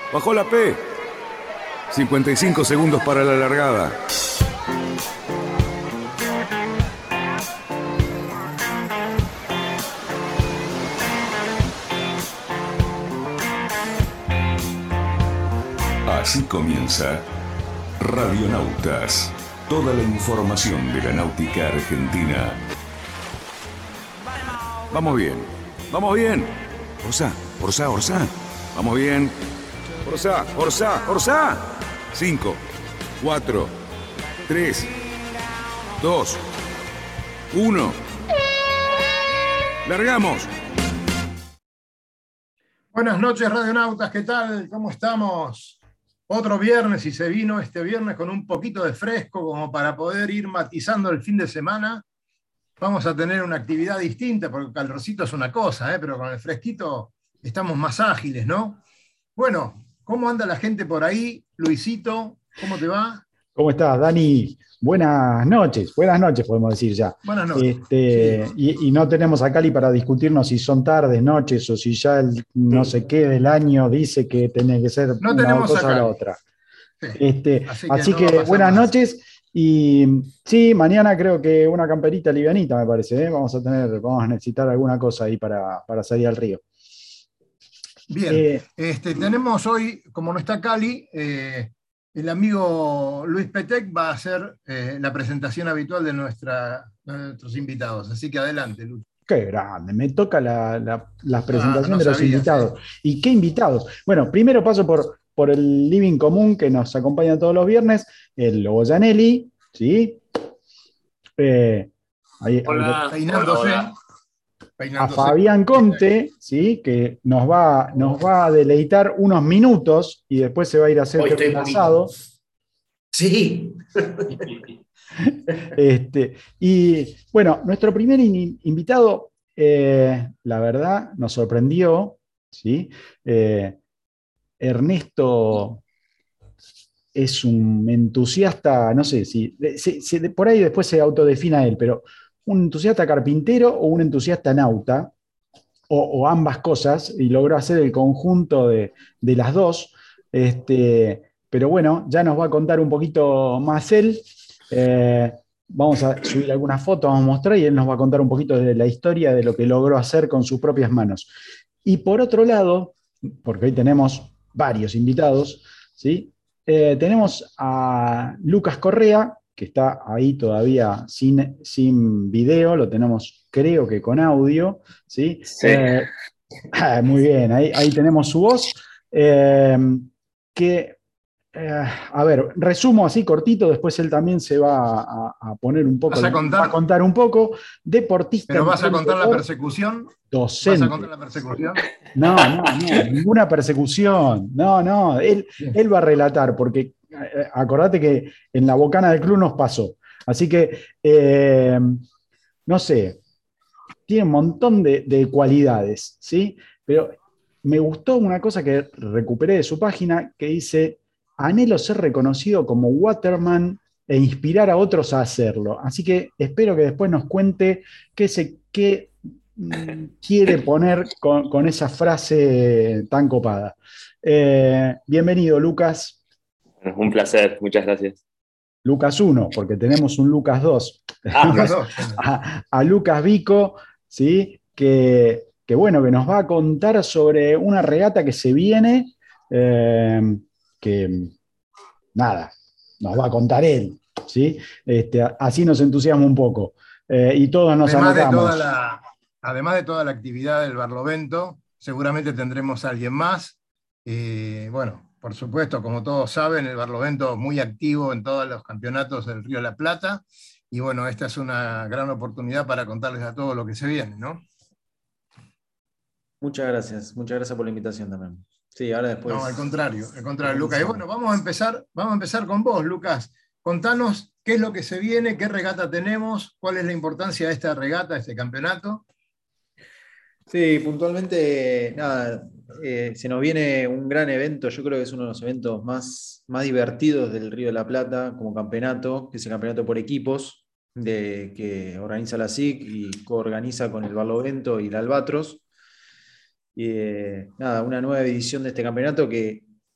Bajó la P. 55 segundos para la largada. Así comienza Radionautas. Toda la información de la náutica argentina. Vamos bien. Vamos bien. Orsá, orsá, orsá. Vamos bien. Orsá, orsá, orsá. 5, 4, 3, 2, 1. ¡Largamos! Buenas noches, radionautas, ¿qué tal? ¿Cómo estamos? Otro viernes y se vino este viernes con un poquito de fresco como para poder ir matizando el fin de semana. Vamos a tener una actividad distinta porque el calorcito es una cosa, pero con el fresquito estamos más ágiles, ¿no? Bueno, ¿cómo anda la gente por ahí? Luisito, ¿cómo te va? ¿Cómo estás, Dani? Buenas noches podemos decir ya. Buenas noches. Sí. Y no tenemos a Cali para discutirnos si son tardes, noches o si ya el no sé qué del año dice que tiene que ser No una tenemos a cosa o la Cali. otra. Sí. Así no va a que pasar buenas nada. noches y sí, mañana creo que una camperita livianita me parece, ¿eh? Vamos a necesitar alguna cosa ahí para salir al río. Bien, Eh, tenemos hoy, como no está Cali, el amigo Luis Petec va a hacer la presentación habitual de nuestros invitados. Así que adelante, Luis. Qué grande, me toca la presentación No de los sabías, ¿eh? invitados. ¿Y qué invitados? Bueno, primero paso por el living común que nos acompaña todos los viernes, el Lobo Gianelli, ¿sí? Ahí Hola, Peinándose. hola. a Fabián Conte, ¿sí? Que nos va a deleitar unos minutos y después se va a ir a hacer Hoy estoy un muy... asado. Sí. Y bueno, nuestro primer invitado, la verdad, nos sorprendió, ¿sí? Ernesto es un entusiasta, no sé si por ahí después se autodefina él, pero un entusiasta carpintero o un entusiasta nauta, o ambas cosas, y logró hacer el conjunto de las dos. Pero bueno, ya nos va a contar un poquito más él. Eh, Vamos a subir algunas fotos, vamos a mostrar, y él nos va a contar un poquito de la historia de lo que logró hacer con sus propias manos. Y por otro lado, porque hoy tenemos varios invitados, ¿sí? Tenemos a Lucas Correa, que está ahí todavía sin video, lo tenemos creo que con audio, ¿sí? Sí. Muy bien, ahí tenemos su voz, que a ver, resumo así cortito, después él también se va a poner un poco, va a contar un poco, deportista ¿Pero en vas a nivel contar la menor, persecución? ¿Vas a contar docente. la persecución? No, ninguna persecución. No, él va a relatar, porque acordate que en la bocana del club nos pasó. Así que, no sé, tiene un montón de cualidades, ¿sí? Pero me gustó una cosa que recuperé de su página que dice: anhelo ser reconocido como waterman e inspirar a otros a hacerlo. Así que espero que después nos cuente qué quiere poner con esa frase tan copada. Bienvenido, Lucas. Un placer, muchas gracias. Lucas 1, porque tenemos un Lucas 2. Lucas Tenemos 2. a Lucas Vico, ¿sí? Que bueno, que nos va a contar sobre una regata que se viene, que nada, nos va a contar él, ¿sí? Así nos entusiasma un poco. Y todos nos anotamos. Además de toda la actividad del Barlovento, seguramente tendremos a alguien más. Bueno, por supuesto, como todos saben, el Barlovento es muy activo en todos los campeonatos del Río de la Plata. Y bueno, esta es una gran oportunidad para contarles a todos lo que se viene, ¿no? Muchas gracias por la invitación también. Sí, ahora después. No, al contrario, Lucas. Y bueno, vamos a empezar con vos, Lucas. Contanos qué es lo que se viene, qué regata tenemos, cuál es la importancia de esta regata, de este campeonato. Sí, puntualmente, nada, se nos viene un gran evento, yo creo que es uno de los eventos más divertidos del Río de la Plata como campeonato, que es el campeonato por equipos que organiza la SIC y coorganiza con el Barlovento y el Albatros. Nada, una nueva edición de este campeonato que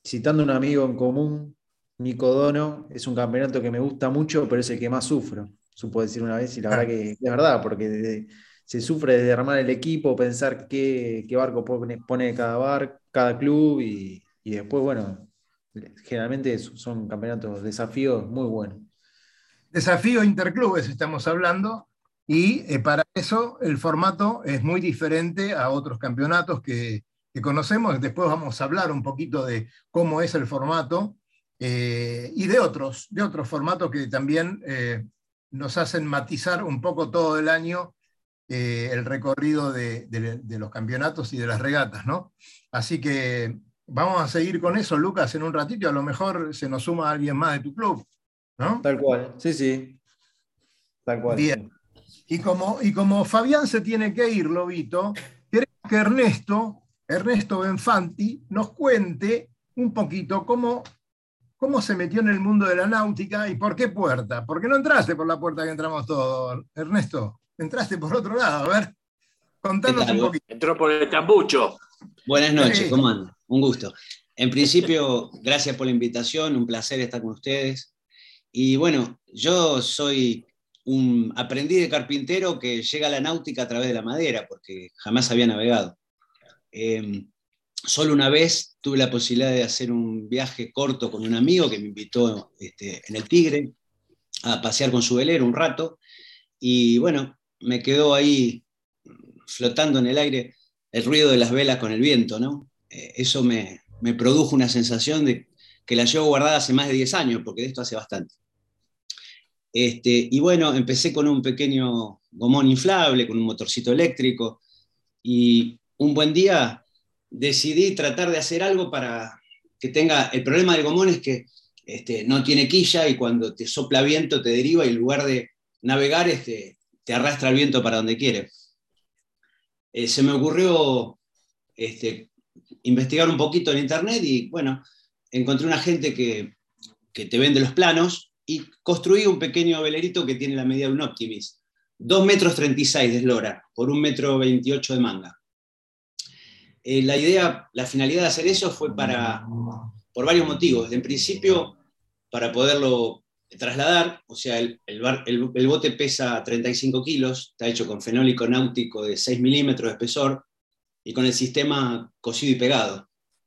citando a un amigo en común, Nico Dono, es un campeonato que me gusta mucho, pero es el que más sufro, supo decir una vez, y la verdad que es verdad, porque se sufre desde armar el equipo, pensar qué barco pone cada club, y después, bueno, generalmente son campeonatos, desafíos muy buenos. Desafío interclubes estamos hablando, y para eso el formato es muy diferente a otros campeonatos que conocemos. Después vamos a hablar un poquito de cómo es el formato y de otros formatos que también nos hacen matizar un poco todo el año el recorrido de los campeonatos y de las regatas, ¿no? Así que vamos a seguir con eso, Lucas, en un ratito, y a lo mejor se nos suma alguien más de tu club, ¿no? Tal cual, sí. Tal cual. Bien. Sí. Y como Fabián se tiene que ir, Lobito, queremos que Ernesto Benfanti, nos cuente un poquito cómo se metió en el mundo de la náutica y por qué puerta. Porque no entraste por la puerta que entramos todos, Ernesto. Entraste por otro lado. A ver, contanos un poquito. Entró por el tambucho. Buenas noches, Sí. ¿cómo andan? Un gusto. En principio, gracias por la invitación, un placer estar con ustedes. Y bueno, yo soy un aprendiz de carpintero que llega a la náutica a través de la madera, porque jamás había navegado. Solo una vez tuve la posibilidad de hacer un viaje corto con un amigo que me invitó en el Tigre a pasear con su velero un rato, y bueno, me quedó ahí flotando en el aire el ruido de las velas con el viento, ¿no? Eso me produjo una sensación de que la llevo guardada hace más de 10 años, porque de esto hace bastante. Y bueno, empecé con un pequeño gomón inflable, con un motorcito eléctrico, y un buen día decidí tratar de hacer algo para que tenga... El problema del gomón es que no tiene quilla, y cuando te sopla viento te deriva, y en lugar de navegar te arrastra el viento para donde quiere. Se me ocurrió investigar un poquito en internet, y bueno, encontré una gente que te vende los planos, y construí un pequeño velerito que tiene la medida de un Optimist, 2,36 metros de eslora por 1,28 metros de manga. La finalidad de hacer eso fue por varios motivos. En principio, para poderlo trasladar, o sea, el bote pesa 35 kilos, está hecho con fenólico náutico de 6 milímetros de espesor, y con el sistema cosido y pegado.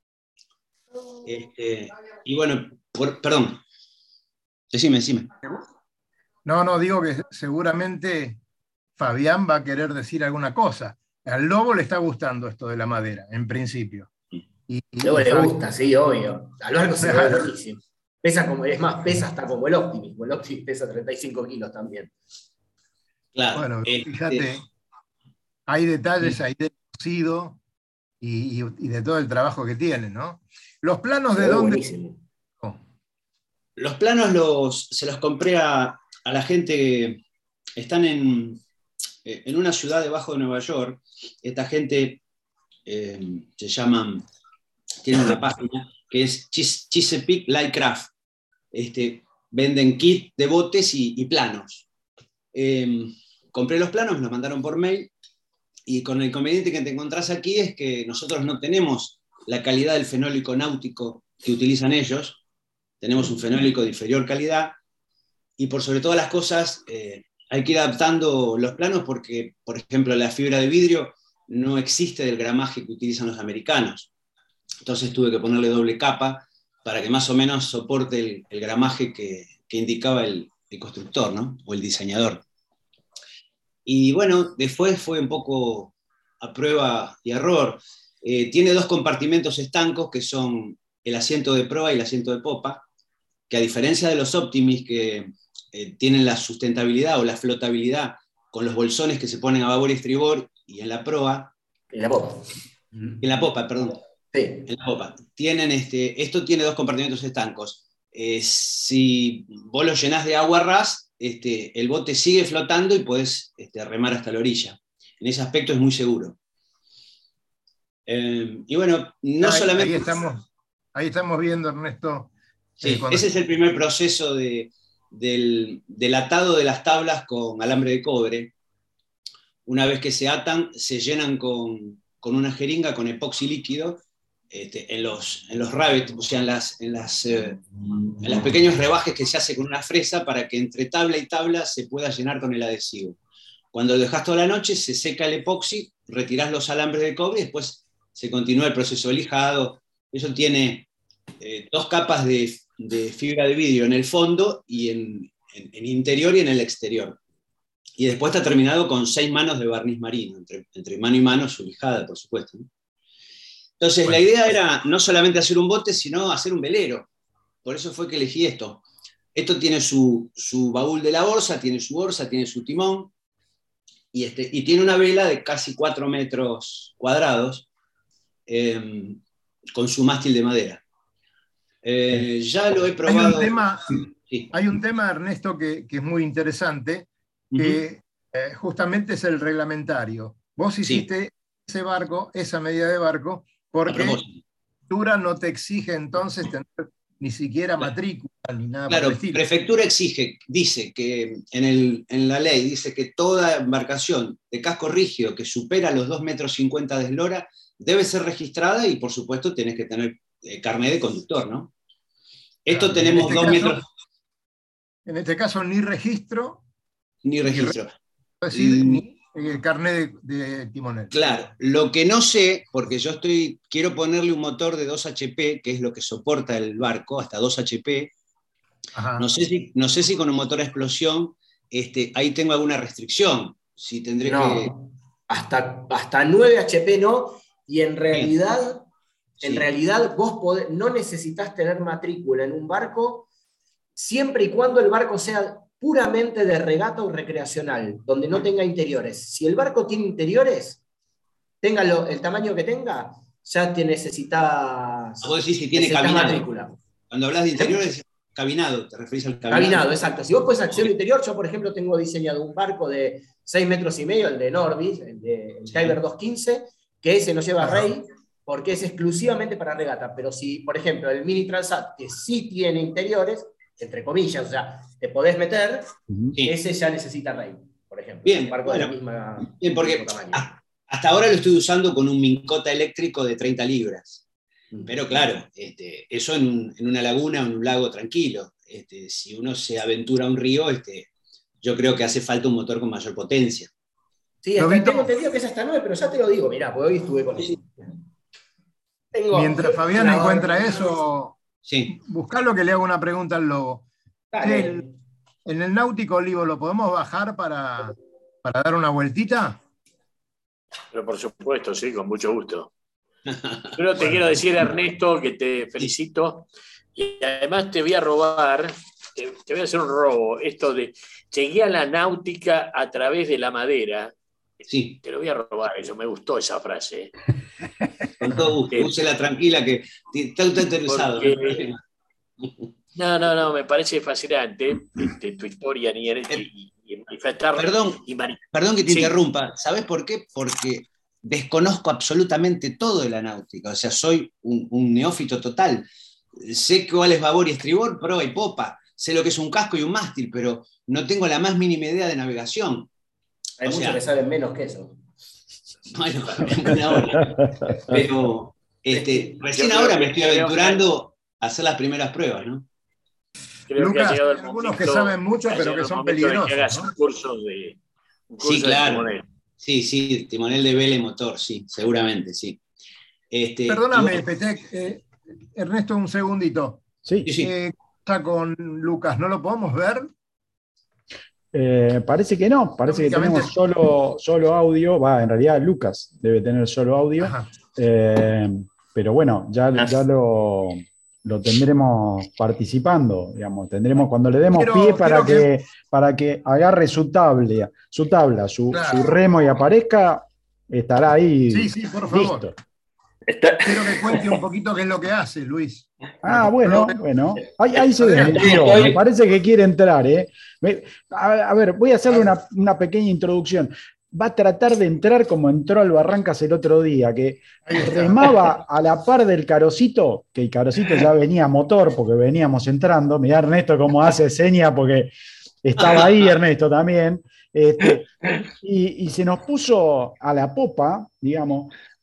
Y bueno, perdón, decime. No, digo que seguramente Fabián va a querer decir alguna cosa. Al Lobo le está gustando esto de la madera, en principio. Luego le gusta, sí, obvio. Al barco se ve buenísimo. Pesa pesa hasta como el Optimus. El Optimus pesa 35 kilos también. Claro. Bueno, fíjate, hay detalles ahí de cocido y de todo el trabajo que tiene, ¿no? ¿Los planos de dónde? Buenísimo. Los planos se los compré a la gente que están en una ciudad debajo de Nueva York. Esta gente se llaman, tienen una página que es Chesapeake Lightcraft. Venden kit de botes y planos. Compré los planos, me los mandaron por mail, y con el inconveniente que te encontrás aquí es que nosotros no tenemos la calidad del fenólico náutico que utilizan ellos. Tenemos un fenólico de inferior calidad, y por sobre todas las cosas hay que ir adaptando los planos, porque, por ejemplo, la fibra de vidrio no existe del gramaje que utilizan los americanos. Entonces tuve que ponerle doble capa para que más o menos soporte el gramaje que indicaba el constructor, ¿no? O el diseñador. Y bueno, después fue un poco a prueba y error. Tiene 2 compartimentos estancos, que son el asiento de proa y el asiento de popa, que a diferencia de los Optimist, que tienen la sustentabilidad o la flotabilidad con los bolsones que se ponen a babor y estribor, y en la proa... En la popa. En la popa, perdón. Sí. En la popa. Esto tiene 2 compartimentos estancos. Si vos lo llenás de agua ras, el bote sigue flotando y podés remar hasta la orilla. En ese aspecto es muy seguro. Y bueno, no solamente... Ahí estamos viendo, Ernesto. Sí, ese es el primer proceso del atado de las tablas con alambre de cobre. Una vez que se atan, se llenan con una jeringa con epoxi líquido, en los rabbets, o sea, en las pequeños rebajes que se hace con una fresa para que entre tabla y tabla se pueda llenar con el adhesivo. Cuando lo dejas toda la noche, se seca el epoxi, retirás los alambres de cobre y después se continúa el proceso de lijado. Eso tiene 2 capas de fibra de vidrio en el fondo y en interior y en el exterior. Y después está terminado con 6 manos de barniz marino, entre mano y mano su lijada, por supuesto, ¿no? Entonces, la idea era no solamente hacer un bote, sino hacer un velero. Por eso fue que elegí esto. Esto tiene su baúl de la borsa, tiene su timón, y tiene una vela de casi 4 metros cuadrados, con su mástil de madera. Ya lo he probado. Hay un tema, Ernesto, que es muy interesante, que justamente es el reglamentario. Vos hiciste ese barco, esa medida de barco, porque la prefectura no te exige entonces tener ni siquiera matrícula ni nada. Claro, por el estilo. prefectura dice que en la ley dice que toda embarcación de casco rígido que supera los 2,50 metros de eslora debe ser registrada y por supuesto tenés que tener carnet de conductor, ¿no? Esto tenemos 2 metros. En este caso ni registro. Ni registro. Es decir, ni carnet de timonel. Claro, lo que no sé, porque yo quiero ponerle un motor de 2 HP, que es lo que soporta el barco, hasta 2 HP. Ajá. No sé si con un motor a explosión ahí tengo alguna restricción. Si tendré que. Hasta 9 HP no, y en realidad vos no necesitas tener matrícula en un barco siempre y cuando el barco sea puramente de regata o recreacional, donde no tenga interiores. Si el barco tiene interiores, tenga el tamaño que tenga, ya te necesitas. Vos decís si tiene cabinado. Matrícula. Cuando hablas de interiores, cabinado, te referís al cabinado. Cabinado, exacto. Si vos puedes acceder al interior, yo por ejemplo tengo diseñado un barco de 6,5 metros, el de Norbis, el Kyber 215, que ese no lleva rey, porque es exclusivamente para regata. Pero si, por ejemplo, el Mini Transat, que sí tiene interiores, entre comillas, o sea, te podés meter, ese ya necesita rey, por ejemplo. Bien, un barco bueno, de la misma, bien, porque mismo tamaño. Hasta ahora lo estoy usando con un Mincota eléctrico de 30 libras. Pero claro, eso en una laguna o en un lago tranquilo. Si uno se aventura a un río, yo creo que hace falta un motor con mayor potencia. Sí, tengo entendido que es hasta 9, pero ya te lo digo, mirá, porque hoy estuve con eso. Mientras Fabián encuentra eso, sí. Buscalo que le hago una pregunta al lobo. En el Náutico Olivo, ¿lo podemos bajar para dar una vueltita? Pero por supuesto, sí, con mucho gusto. Pero te quiero decir, Ernesto, que te felicito y además te voy a robar, te voy a hacer un robo, esto de llegué a la náutica a través de la madera. Sí. Te lo voy a robar, eso me gustó esa frase. Con todo gusto, úsela tranquila que está usted interesado. No, me parece fascinante tu historia y manifestarla. Perdón que te interrumpa, ¿sabes por qué? Porque desconozco absolutamente todo de la náutica, o sea, soy un neófito total. Sé cuál es babor y estribor, proa y popa, sé lo que es un casco y un mástil, pero no tengo la más mínima idea de navegación. Hay muchos que saben menos que eso. Bueno, pero recién ahora me estoy aventurando a hacer las primeras pruebas, ¿no? Creo Lucas, que hay algunos que saben mucho, pero que son peligrosos. Que hagas ¿no? un curso de timonel. Sí, timonel de vela y motor, sí, seguramente, sí. Perdóname, Petec, Ernesto, un segundito. Sí. Está con Lucas, ¿no lo podemos ver? Parece que no, parece que tenemos solo audio. En realidad Lucas debe tener solo audio. Pero bueno, ya lo tendremos participando, digamos. Tendremos cuando le demos pie para que agarre su tabla, su remo y aparezca, estará ahí. Sí, por favor. Listo. Quiero que cuente un poquito qué es lo que hace, Luis. Bueno. Ahí se desmentió. Me parece que quiere entrar, ¿eh? A ver, voy a hacerle una pequeña introducción. Va a tratar de entrar como entró al Barrancas el otro día, que remaba a la par del Carocito, que el Carocito ya venía a motor porque veníamos entrando. Mirá Ernesto cómo hace seña porque estaba ahí Ernesto también. Y se nos puso a la popa, digamos,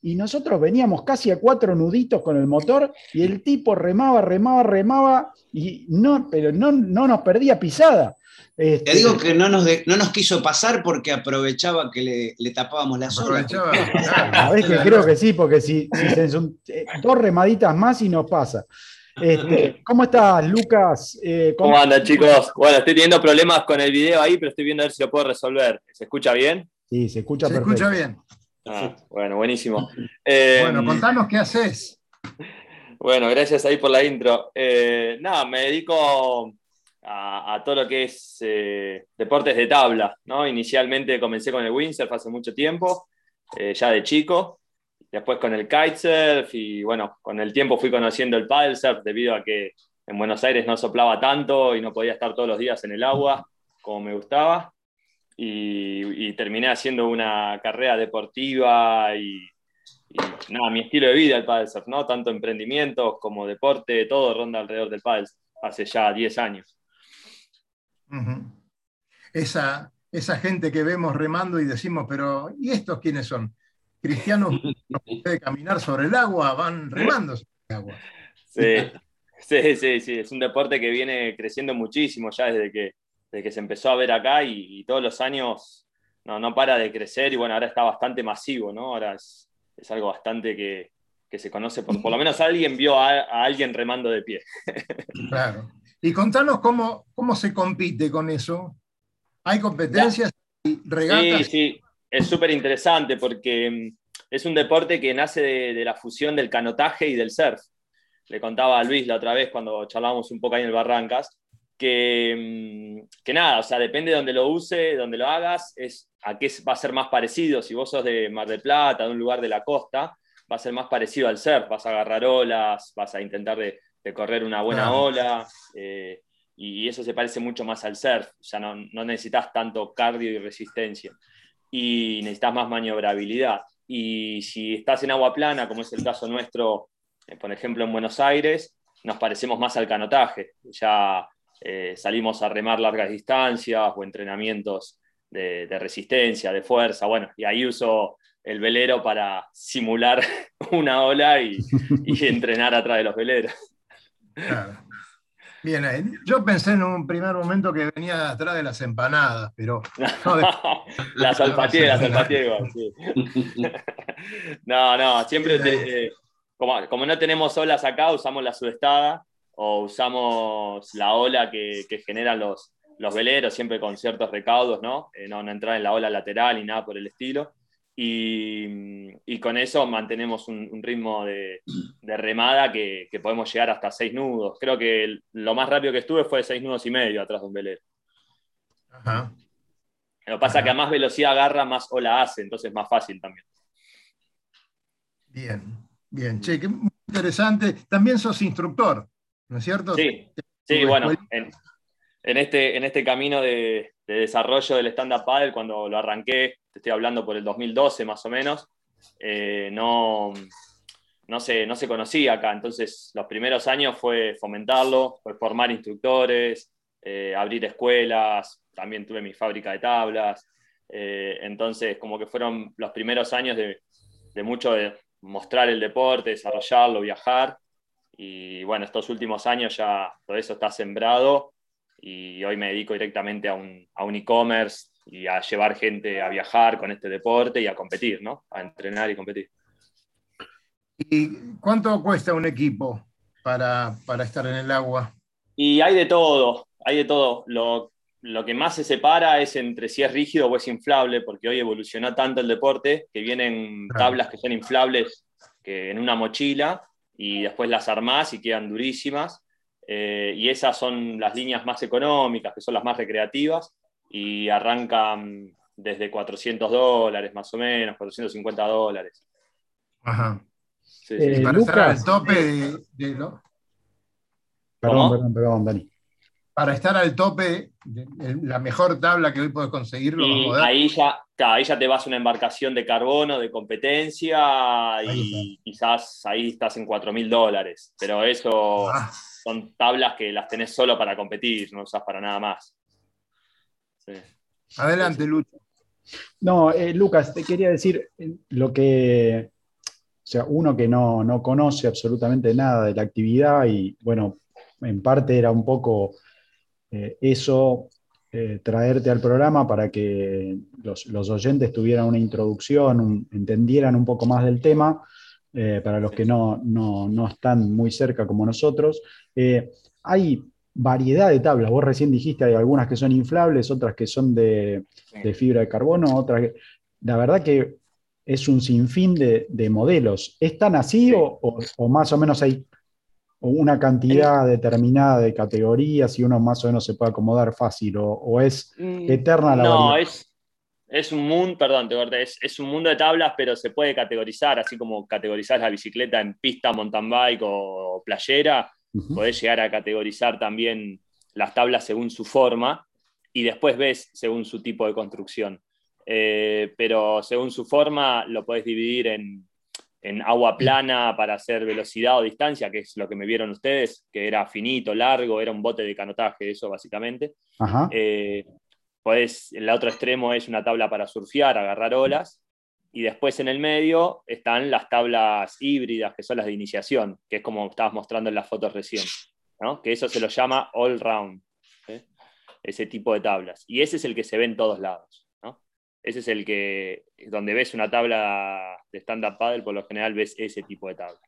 y nosotros veníamos casi a 4 nuditos con el motor y el tipo remaba y pero no nos perdía pisada. Te digo que no nos quiso pasar porque aprovechaba que le tapábamos las olas. Sabés que creo que sí, porque si son 2 remaditas más y nos pasa. ¿Cómo estás, Lucas? ¿Cómo andan, chicos? Bueno, estoy teniendo problemas con el video ahí, pero estoy viendo a ver si lo puedo resolver. ¿Se escucha bien? Sí, se escucha Se perfecto. escucha bien. Bueno, buenísimo. Bueno, contanos qué haces. Bueno, gracias ahí por la intro. Nada, me dedico a todo lo que es deportes de tabla, ¿no? Inicialmente comencé con el windsurf hace mucho tiempo, ya de chico. Después con el kitesurf y bueno, con el tiempo fui conociendo el paddle surf debido a que en Buenos Aires no soplaba tanto y no podía estar todos los días en el agua como me gustaba. Y terminé haciendo una carrera deportiva y nada, mi estilo de vida el paddle surf, ¿no? Tanto emprendimientos como deporte, todo ronda alrededor del paddle surf, hace ya 10 años. Uh-huh. Esa gente que vemos remando y decimos, pero ¿y estos quiénes son? Cristianos no pueden caminar sobre el agua, van remando sobre el agua. Sí, es un deporte que viene creciendo muchísimo ya desde que se empezó a ver acá y todos los años no para de crecer y bueno, ahora está bastante masivo, ¿no? Ahora es algo bastante que se conoce, por lo menos alguien vio a alguien remando de pie. Claro. Y contanos cómo se compite con eso. ¿Hay competencias y regatas? Sí, es súper interesante porque es un deporte que nace de la fusión del canotaje y del surf. Le contaba a Luis la otra vez cuando charlábamos un poco ahí en el Barrancas, que nada, o sea, depende de donde lo use, donde lo hagas, a qué va a ser más parecido. Si vos sos de Mar del Plata, de un lugar de la costa, va a ser más parecido al surf, vas a agarrar olas, vas a intentar de correr una buena ola, y eso se parece mucho más al surf, o sea, no necesitas tanto cardio y resistencia, y necesitas más maniobrabilidad. Y si estás en agua plana, como es el caso nuestro, por ejemplo en Buenos Aires, nos parecemos más al canotaje, ya salimos a remar largas distancias o entrenamientos de resistencia, de fuerza, bueno, y ahí uso el velero para simular una ola y entrenar atrás de los veleros. Claro. Bien, yo pensé en un primer momento que venía atrás de las empanadas, pero... Las olfateé, sí. No, siempre, como no tenemos olas acá, usamos la sudestada o usamos la ola que generan los veleros, siempre con ciertos recaudos, ¿no? No entrar en la ola lateral ni nada por el estilo. Y con eso mantenemos un ritmo de remada que podemos llegar hasta 6 nudos. Creo que lo más rápido que estuve fue 6 nudos y medio atrás de un velero. Ajá. Lo que pasa es que a más velocidad agarra, más ola hace, entonces es más fácil también. Bien. Che, qué interesante. También sos instructor, ¿no es cierto? Sí, bueno, en este camino de desarrollo del stand-up paddle, cuando lo arranqué, te estoy hablando por el 2012 más o menos, no se conocía acá, entonces los primeros años fue fomentarlo, fue formar instructores, abrir escuelas, también tuve mi fábrica de tablas, entonces como que fueron los primeros años de mucho de mostrar el deporte, desarrollarlo, viajar, y bueno, estos últimos años ya todo eso está sembrado y hoy me dedico directamente a un e-commerce y a llevar gente a viajar con este deporte y a competir, ¿no? A entrenar y competir. ¿Y cuánto cuesta un equipo para estar en el agua? Y hay de todo. Lo que más se separa es entre si es rígido o es inflable, porque hoy evolucionó tanto el deporte que vienen tablas que son inflables que en una mochila y después las armás y quedan durísimas. Y esas son las líneas más económicas, que son las más recreativas, y arrancan desde $400 más o menos, $450. Ajá. Sí. Y para Lucas, estar al tope de ¿no? Perdón, Dani. Para estar al tope, la mejor tabla que hoy puedes conseguir, lo Y ahí ya te vas a una embarcación de carbono, de competencia, y quizás ahí estás en $4.000. Pero eso son tablas que las tenés solo para competir, no usás para nada más. Sí. Adelante, Lucho. No, Lucas, te quería decir lo que sea, uno que no conoce absolutamente nada de la actividad y bueno, en parte era un poco eso, traerte al programa para que los oyentes tuvieran una introducción, entendieran un poco más del tema, para los que no están muy cerca como nosotros. Hay variedad de tablas, vos recién dijiste, hay algunas que son inflables, otras que son de fibra de carbono, otras la verdad que es un sinfín de modelos. ¿Es tan así o más o menos hay una cantidad determinada de categorías y uno más o menos se puede acomodar fácil o es eterna la No, variedad? es un mundo, perdón, te corté, es un mundo de tablas, pero se puede categorizar, así como categorizar la bicicleta en pista, mountain bike o playera, podés llegar a categorizar también las tablas según su forma y después ves según su tipo de construcción. Pero según su forma lo podés dividir en agua plana para hacer velocidad o distancia, que es lo que me vieron ustedes, que era finito, largo, era un bote de canotaje, eso básicamente. Ajá. El otro extremo es una tabla para surfear, agarrar olas, y después en el medio están las tablas híbridas, que son las de iniciación, que es como estabas mostrando en las fotos recién, ¿no? Que eso se lo llama all round, ¿sí? Ese tipo de tablas. Y ese es el que se ve en todos lados, ¿no? Ese es el que, donde ves una tabla de stand-up paddle, por lo general ves ese tipo de tabla.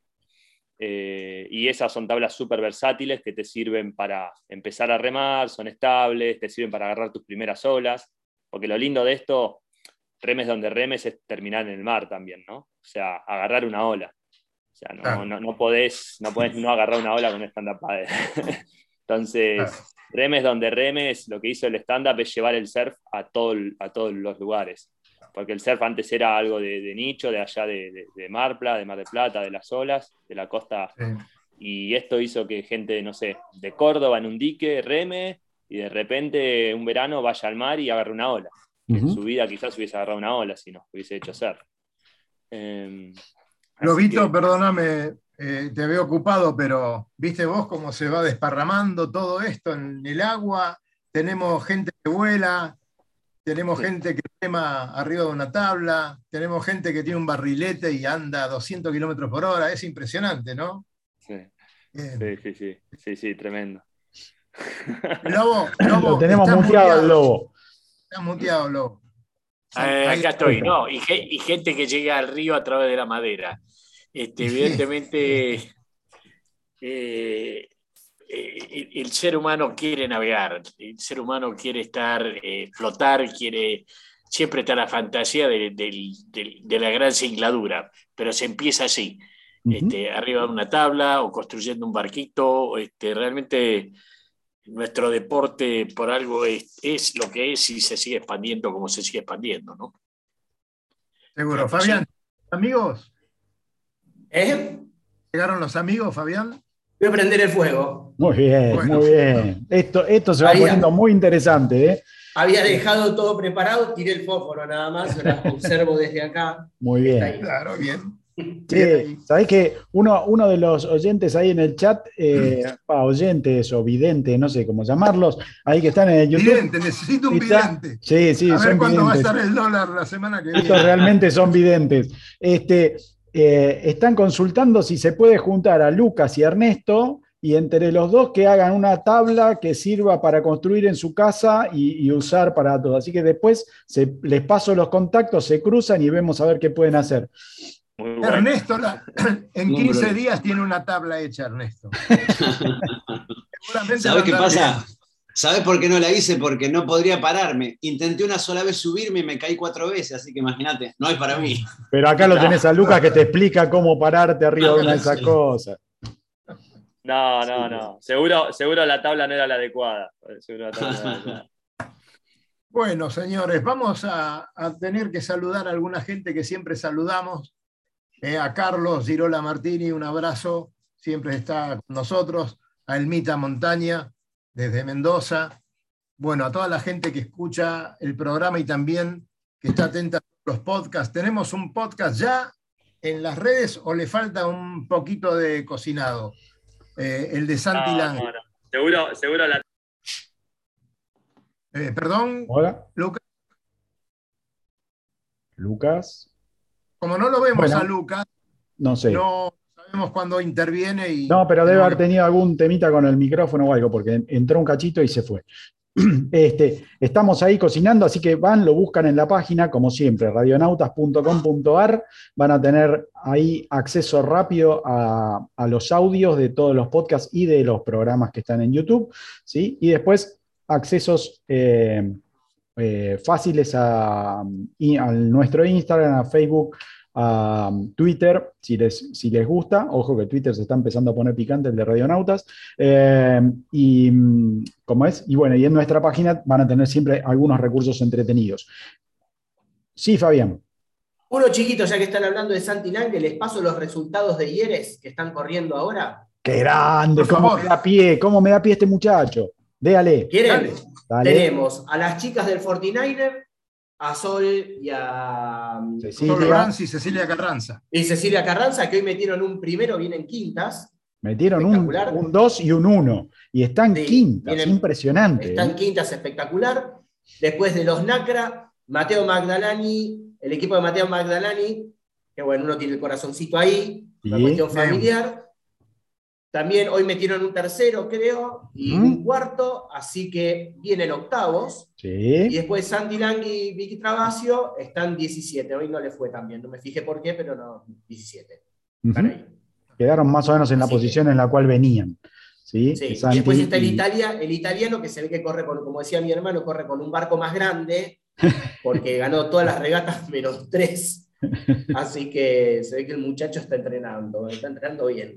Y esas son tablas súper versátiles que te sirven para empezar a remar, son estables, te sirven para agarrar tus primeras olas, porque lo lindo de esto, remes donde remes, es terminar en el mar también, ¿no? O sea, agarrar una ola. O sea, no podés no agarrar una ola con un stand-up paddle. Entonces, remes donde remes, lo que hizo el stand-up es llevar el surf a todos los lugares. Porque el surf antes era algo de nicho, de allá de Marpla, de Mar del Plata, de las olas, de la costa. Sí. Y esto hizo que gente, no sé, de Córdoba en un dique reme y de repente un verano vaya al mar y agarre una ola. Que en su vida quizás hubiese agarrado una ola si no hubiese hecho surf. Lobito, perdóname, te veo ocupado, pero ¿viste vos cómo se va desparramando todo esto en el agua? Tenemos gente que vuela, tenemos gente que rema arriba de una tabla, tenemos gente que tiene un barrilete y anda a 200 kilómetros por hora. Es impresionante, ¿no? Sí, Bien. sí, tremendo. Lobo, Lo tenemos estás muteado al muteado. lobo. Estás muteado, Lobo. Acá estoy, ¿no? Y gente que llega al río a través de la madera. Evidentemente, el ser humano quiere navegar, el ser humano quiere flotar, siempre está la fantasía de la gran singladura, pero se empieza así, arriba de una tabla o construyendo un barquito. Realmente nuestro deporte por algo es lo que es y se sigue expandiendo como se sigue expandiendo, ¿no? Seguro. Pues Fabián, sí. ¿amigos? ¿Eh? ¿Llegaron los amigos, Fabián? Voy a prender el fuego. Muy bien, Bueno. muy bien. Esto se va poniendo muy interesante, ¿eh? Había dejado todo preparado, tiré el fósforo nada más, ahora observo desde acá. Muy Está bien. ahí. Claro, bien. Sí, sabés que uno de los oyentes ahí en el chat, oyentes o videntes, no sé cómo llamarlos, ahí que están en el YouTube. Vidente, necesito un Está, vidente. sí, A ver son cuánto va a videntes. estar el dólar la semana que Estos viene. realmente son videntes. Están consultando si se puede juntar a Lucas y Ernesto y entre los dos que hagan una tabla que sirva para construir en su casa y usar para todo. Así que después les paso los contactos, se cruzan y vemos a ver qué pueden hacer. Muy bueno. Ernesto, en 15 días tiene una tabla hecha, Ernesto. ¿Sabes qué pasa? ¿Sabes por qué no la hice? Porque no podría pararme. Intenté una sola vez subirme y me caí 4 veces, así que imagínate, no es para mí. Pero acá lo tenés a Lucas que te explica cómo pararte arriba de una de esas cosas. No. Seguro la tabla no era la adecuada. Bueno, señores, vamos a tener que saludar a alguna gente que siempre saludamos. A Carlos Girola Martini, un abrazo, siempre está con nosotros. A Elmita Montaña, desde Mendoza. Bueno, a toda la gente que escucha el programa y también que está atenta a los podcasts. ¿Tenemos un podcast ya en las redes o le falta un poquito de cocinado? El de Santi Lange. No. Seguro la... Perdón, Hola. Lucas. Lucas. Como no lo vemos Bueno. a Lucas, No sé. No sabemos cuándo interviene y No, pero debe tenemos haber tenido algún temita con el micrófono o algo, porque entró un cachito y se fue. Estamos ahí cocinando, así que van, lo buscan en la página, como siempre, radionautas.com.ar. Van a tener ahí acceso rápido a los audios de todos los podcasts y de los programas que están en YouTube, ¿sí? Y después accesos fáciles a nuestro Instagram, a Facebook, a Twitter, si les gusta. Ojo que Twitter se está empezando a poner picante, el de Radionautas. ¿Cómo es? Y bueno, y en nuestra página van a tener siempre algunos recursos entretenidos. Sí, Fabián. Uno chiquito, ya que están hablando de Santi Lange, les paso los resultados de Hieres que están corriendo ahora. ¡Qué grande! Por ¿Cómo favor. me da pie? ¿Cómo me da pie este muchacho? Déjale. ¿Quieren? Dale. Tenemos a las chicas del 49er, a Sol y a Sol Brands y Cecilia Carranza. Cecilia Carranza, que hoy metieron un primero, vienen quintas. Metieron un 2 y un 1. Y están quintas, impresionante. Están quintas, espectacular. Después de los Nacra, Mateo Magdalani, el equipo de Mateo Magdalani, que bueno, uno tiene el corazoncito ahí, una cuestión familiar. También hoy metieron un tercero, creo, y un cuarto, así que vienen octavos. Sí. Y después Santi Lang y Vicky Travasio están 17. Hoy no le fue tan bien, no me fijé por qué, pero no, 17. Están ahí. Quedaron más o menos en la posición en la cual venían. ¿Sí? Sí. Y después está el italiano, que se ve que corre con, como decía mi hermano, corre con un barco más grande, porque ganó todas las regatas menos 3. Así que se ve que el muchacho está entrenando bien.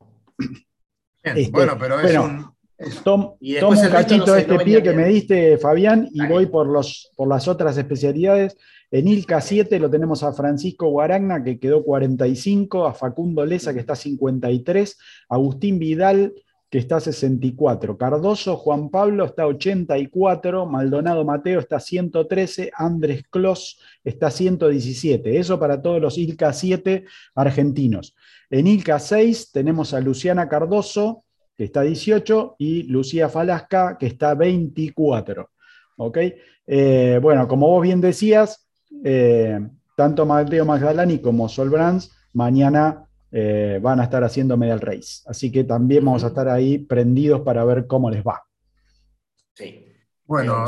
Bien, bueno, pero es un... Tomo un cachito de este pie que me diste, Fabián, y voy por las otras especialidades. En ILCA 7 lo tenemos a Francisco Guaragna, que quedó 45, a Facundo Leza, que está 53, Agustín Vidal, que está 64, Cardoso Juan Pablo está 84, Maldonado Mateo está 113, Andrés Clos está 117. Eso para todos los ILCA 7 argentinos. En ILCA 6 tenemos a Luciana Cardoso, que está 18, y Lucía Falasca, que está 24. ¿Ok? Bueno, como vos bien decías, tanto Mateo Magdalani como Sol Brands mañana van a estar haciendo Medal Race. Así que también vamos a estar ahí prendidos para ver cómo les va. Sí. Bueno,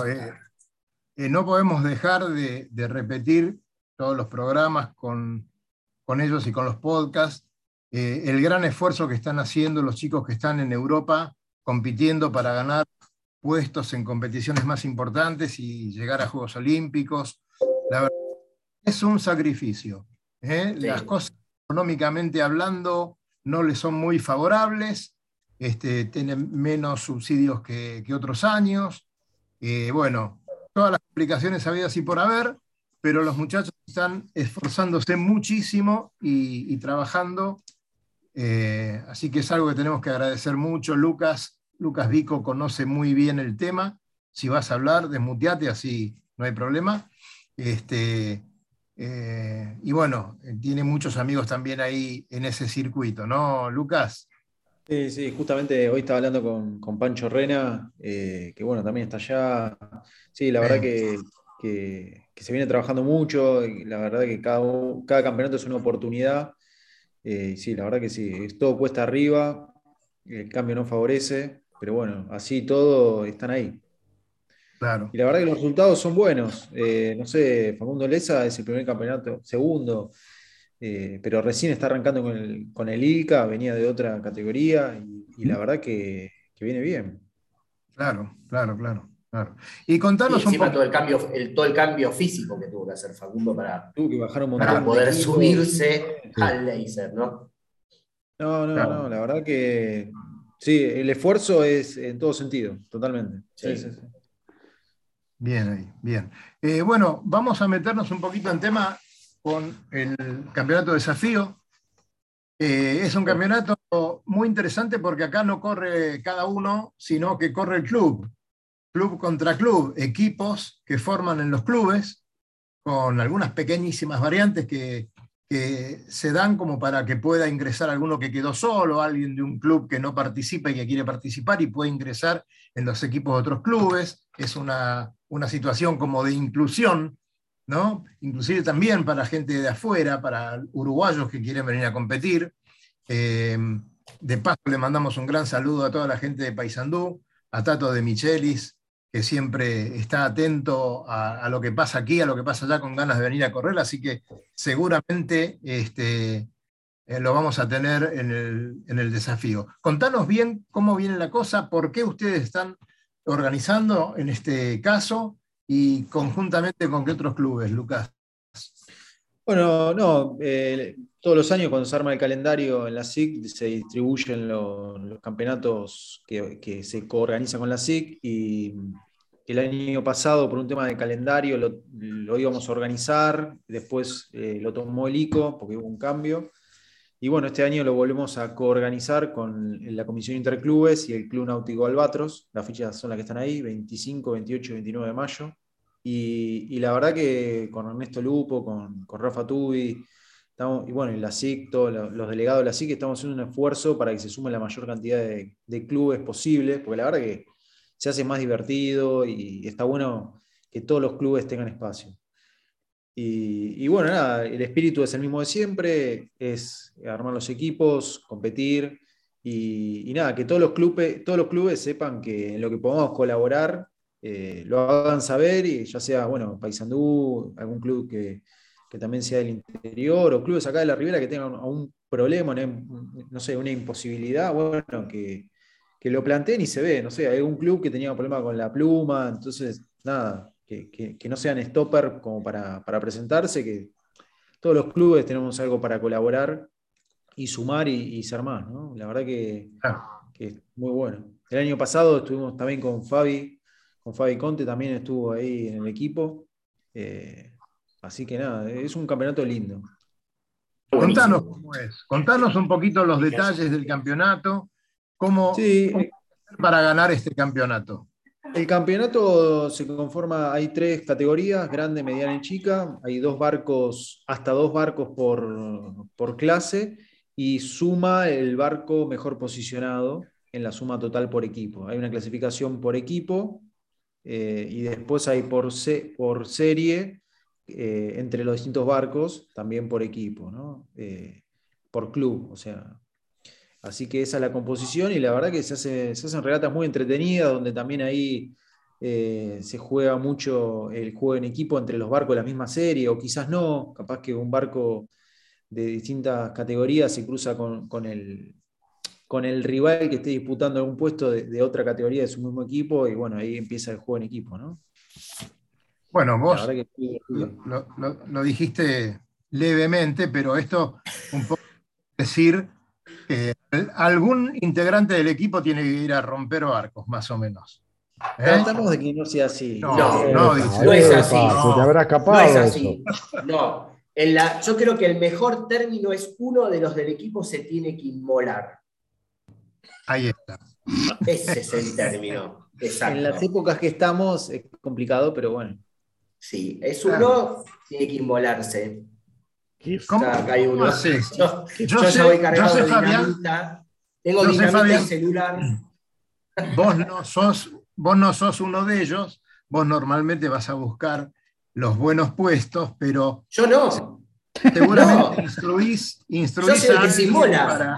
no podemos dejar de repetir todos los programas con ellos y con los podcasts. El gran esfuerzo que están haciendo los chicos que están en Europa compitiendo para ganar puestos en competiciones más importantes y llegar a Juegos Olímpicos. La verdad, es un sacrificio. Sí. Las cosas económicamente hablando no les son muy favorables, tienen menos subsidios que otros años. Bueno, todas las complicaciones habidas y por haber, pero los muchachos están esforzándose muchísimo y trabajando. Así que es algo que tenemos que agradecer mucho. Lucas Vico conoce muy bien el tema. Si vas a hablar, desmuteate, así no hay problema. Y bueno, tiene muchos amigos también ahí en ese circuito, ¿no, Lucas? Sí, justamente hoy estaba hablando con Pancho Rena, que bueno, también está allá. Sí, la verdad que se viene trabajando mucho, y la verdad que cada campeonato es una oportunidad. Sí, la verdad que sí, todo cuesta arriba, el cambio no favorece, pero bueno, así todo están ahí. Claro. Y la verdad que los resultados son buenos. No sé, Facundo Leza es el primer campeonato, segundo, pero recién está arrancando con el ILCA, venía de otra categoría y la verdad que viene bien. Claro. Y contanos un poco. Todo el cambio físico que tuvo que hacer Facundo tuvo que bajar un montón para poder subirse al laser, ¿no? No, la verdad que sí, el esfuerzo es en todo sentido, totalmente. Sí. Bien ahí, bien. Bueno, vamos a meternos un poquito en tema con el campeonato desafío. Es un campeonato muy interesante porque acá no corre cada uno, sino que corre el club contra club, equipos que forman en los clubes, con algunas pequeñísimas variantes que se dan como para que pueda ingresar alguno que quedó solo, alguien de un club que no participa y que quiere participar y puede ingresar en los equipos de otros clubes. Es una situación como de inclusión ¿no? Inclusive también para gente de afuera, para uruguayos que quieren venir a competir. De paso le mandamos un gran saludo a toda la gente de Paysandú, a Tato de Michelis, que siempre está atento a lo que pasa aquí, a lo que pasa allá, con ganas de venir a correr, así que seguramente lo vamos a tener en el desafío. Contanos bien cómo viene la cosa, por qué ustedes están organizando en este caso y conjuntamente con qué otros clubes, Lucas. Bueno, no, todos los años cuando se arma el calendario en la SIC se distribuyen los campeonatos que se coorganizan con la SIC, y el año pasado por un tema de calendario lo íbamos a organizar, después lo tomó el ICO porque hubo un cambio, y bueno, este año lo volvemos a coorganizar con la Comisión Interclubes y el Club Náutico Albatros. Las fichas son las que están ahí, 25, 28 y 29 de mayo. Y la verdad que con Ernesto Lupo, con Rafa Tubi, y bueno, y la SIC, todos los delegados de la SIC, estamos haciendo un esfuerzo para que se sume la mayor cantidad de clubes posible, porque la verdad que se hace más divertido y está bueno que todos los clubes tengan espacio. Y bueno, nada, el espíritu es el mismo de siempre, es armar los equipos, competir y nada, que todos los clubes sepan que en lo que podamos colaborar, lo hagan saber, y ya sea, bueno, Paysandú, algún club que también sea del interior, o clubes acá de la Ribera que tengan algún problema, no sé, una imposibilidad, bueno, que lo planteen y se ve, no sé, hay algún club que tenía un problema con la pluma, entonces, nada, que no sean stopper como para presentarse, que todos los clubes tenemos algo para colaborar y sumar y ser más, ¿no? La verdad que es muy bueno. El año pasado estuvimos también con Fabi Conte, también estuvo ahí en el equipo. Así que nada, es un campeonato lindo. Contanos cómo es, contanos un poquito los detalles del campeonato, cómo para ganar este campeonato. El campeonato se conforma, hay 3 categorías, grande, mediana y chica. Hay hasta dos barcos por clase, y suma el barco mejor posicionado en la suma total por equipo. Hay una clasificación por equipo, y después hay por serie, entre los distintos barcos, también por equipo, ¿no? Por club, o sea. Así que esa es la composición, y la verdad que se hacen regatas muy entretenidas, donde también ahí se juega mucho el juego en equipo entre los barcos de la misma serie, o quizás no, capaz que un barco de distintas categorías se cruza con el rival que esté disputando algún puesto de otra categoría de su mismo equipo, y bueno, ahí empieza el juego en equipo, ¿no? Bueno, vos lo dijiste levemente, pero esto un poco decir que algún integrante del equipo tiene que ir a romper barcos, más o menos. Tratamos de que no sea así. No es así. Se te habrá escapado. No es así. No. Yo creo que el mejor término es uno de los del equipo se tiene que inmolar. Ahí está. Ese es el término. Exacto. En las épocas que estamos es complicado, pero bueno. Sí, es uno, tiene que inmolarse. ¿Cómo, acá hay uno. haces? Yo ya voy cargado de dinamita. Tengo dinamita en celular. Vos no sos uno de ellos. Vos normalmente vas a buscar los buenos puestos, pero yo no. Seguramente no. instruís yo soy el que se inmola.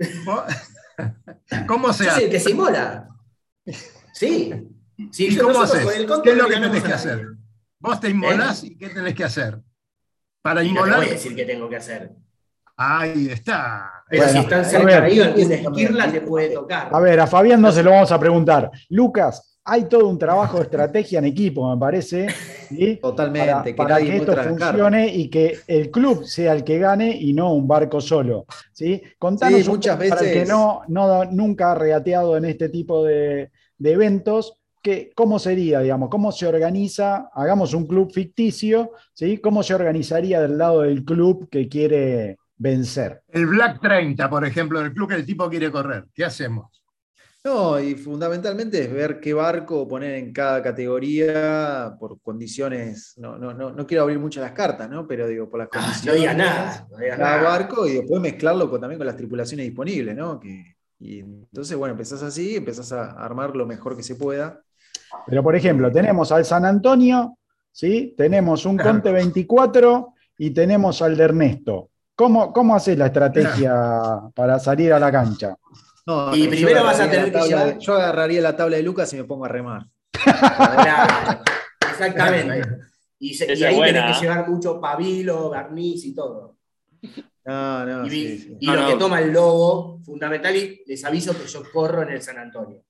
¿Cómo se hace? Yo soy el que se inmola. Sí. ¿Y cómo haces? ¿Qué es lo que tenés que hacer? Vos te inmolás y ¿qué tenés que hacer? Para inmolar. No te voy a decir qué tengo que hacer. Ahí está. Pero si están cerca de ellos, en esquirla te puede tocar. A ver, a Fabián no se lo vamos a preguntar. Lucas, hay todo un trabajo de estrategia en equipo, me parece. ¿Sí? Totalmente. Para que esto funcione y que el club sea el que gane y no un barco solo. ¿Sí? Contanos muchas veces. Para el que nunca ha regateado en este tipo de eventos. ¿Cómo sería, digamos? ¿Cómo se organiza? Hagamos un club ficticio, ¿sí? ¿Cómo se organizaría del lado del club que quiere vencer? El Black 30, por ejemplo, el club que el tipo quiere correr. ¿Qué hacemos? No, y fundamentalmente es ver qué barco poner en cada categoría por condiciones. No quiero abrir mucho las cartas, ¿no? Pero digo, por las condiciones. No digas nada. Cada barco, y después mezclarlo también con las tripulaciones disponibles, ¿no? Y entonces, bueno, empezás a armar lo mejor que se pueda. Pero, por ejemplo, tenemos al San Antonio ¿sí? Tenemos un Claro. Conte 24 y tenemos al de Ernesto. ¿Cómo haces la estrategia para salir a la cancha? No, Y yo primero vas a agarraría tener la que tabla llevar. yo agarraría la tabla de Lucas y me pongo a remar. Claro, exactamente. Y Esa ahí es tenés buena, que ¿eh? llevar mucho pabilo, barniz y todo. No, Y, sí, sí. y No, lo que no. toma el lobo, fundamental, y les aviso que yo corro en el San Antonio.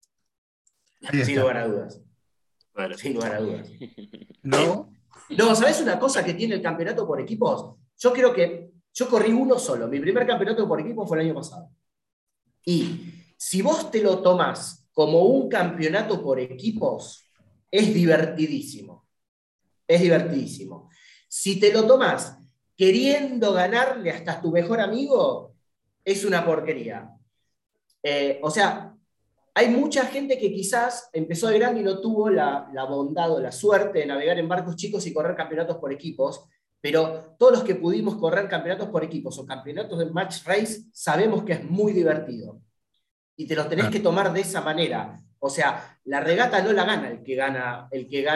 Ahí Sin está. lugar a dudas. Bueno, Sin lugar a dudas. Luego, No, ¿sabes una cosa que tiene el campeonato por equipos? Yo creo que yo corrí uno solo. Mi primer campeonato por equipo fue el año pasado. Y si vos te lo tomás como un campeonato por equipos, es divertidísimo. Es divertidísimo. Si te lo tomás queriendo ganarle hasta a tu mejor amigo, es una porquería. O sea, hay mucha gente que quizás empezó de grande y no tuvo la bondad o la suerte de navegar en barcos chicos y correr campeonatos por equipos, pero todos los que pudimos correr campeonatos por equipos o campeonatos de match race sabemos que es muy divertido. Y te lo tenés que tomar de esa manera. O sea, la regata no la gana el que gana,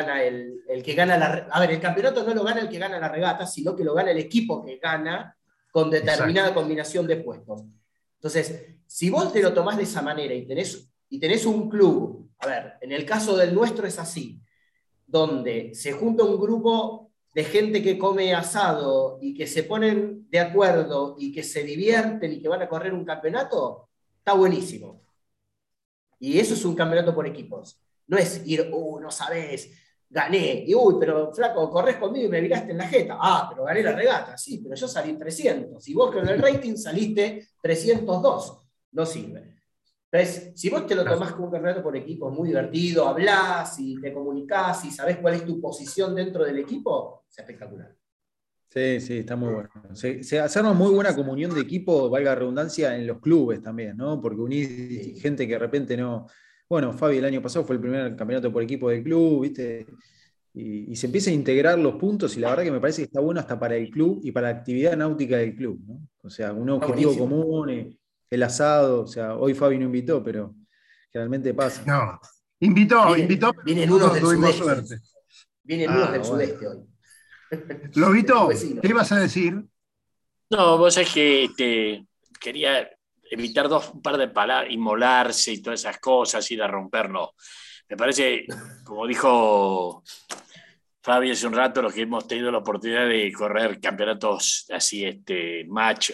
a ver, el campeonato no lo gana el que gana la regata, sino que lo gana el equipo que gana con determinada combinación de puestos. Entonces, si vos te lo tomás de esa manera y tenés un club, a ver, en el caso del nuestro es así, donde se junta un grupo de gente que come asado y que se ponen de acuerdo y que se divierten y que van a correr un campeonato, está buenísimo. Y eso es un campeonato por equipos. No es ir, no sabés, gané, y pero flaco, corres conmigo y me viraste en la jeta. Pero gané la regata, sí, pero yo salí 300. Y vos con el rating saliste 302. No sirve. Entonces, si vos te lo tomás como un campeonato por equipos muy divertido, hablás y te comunicás y sabés cuál es tu posición dentro del equipo, es espectacular. Sí, sí, está muy bueno. Se hace una muy buena comunión de equipo, valga la redundancia, en los clubes también, ¿no? Porque unís gente que de repente no. Bueno, Fabi el año pasado fue el primer campeonato por equipo del club, ¿viste? Y se empieza a integrar los puntos y la verdad que me parece que está bueno hasta para el club y para la actividad náutica del club, ¿no? O sea, un objetivo común, el asado, o sea, hoy Fabi no invitó, pero generalmente pasa. no. Invitó, Vienen unos del tuvimos sudeste. suerte. Vienen unos del sudeste hoy. Lobito, ¿qué ibas a decir? no, vos sabés que quería evitar un par de palabras, inmolarse y todas esas cosas, ir a rompernos. Me parece, como dijo Fabi hace un rato, los que hemos tenido la oportunidad de correr campeonatos así, match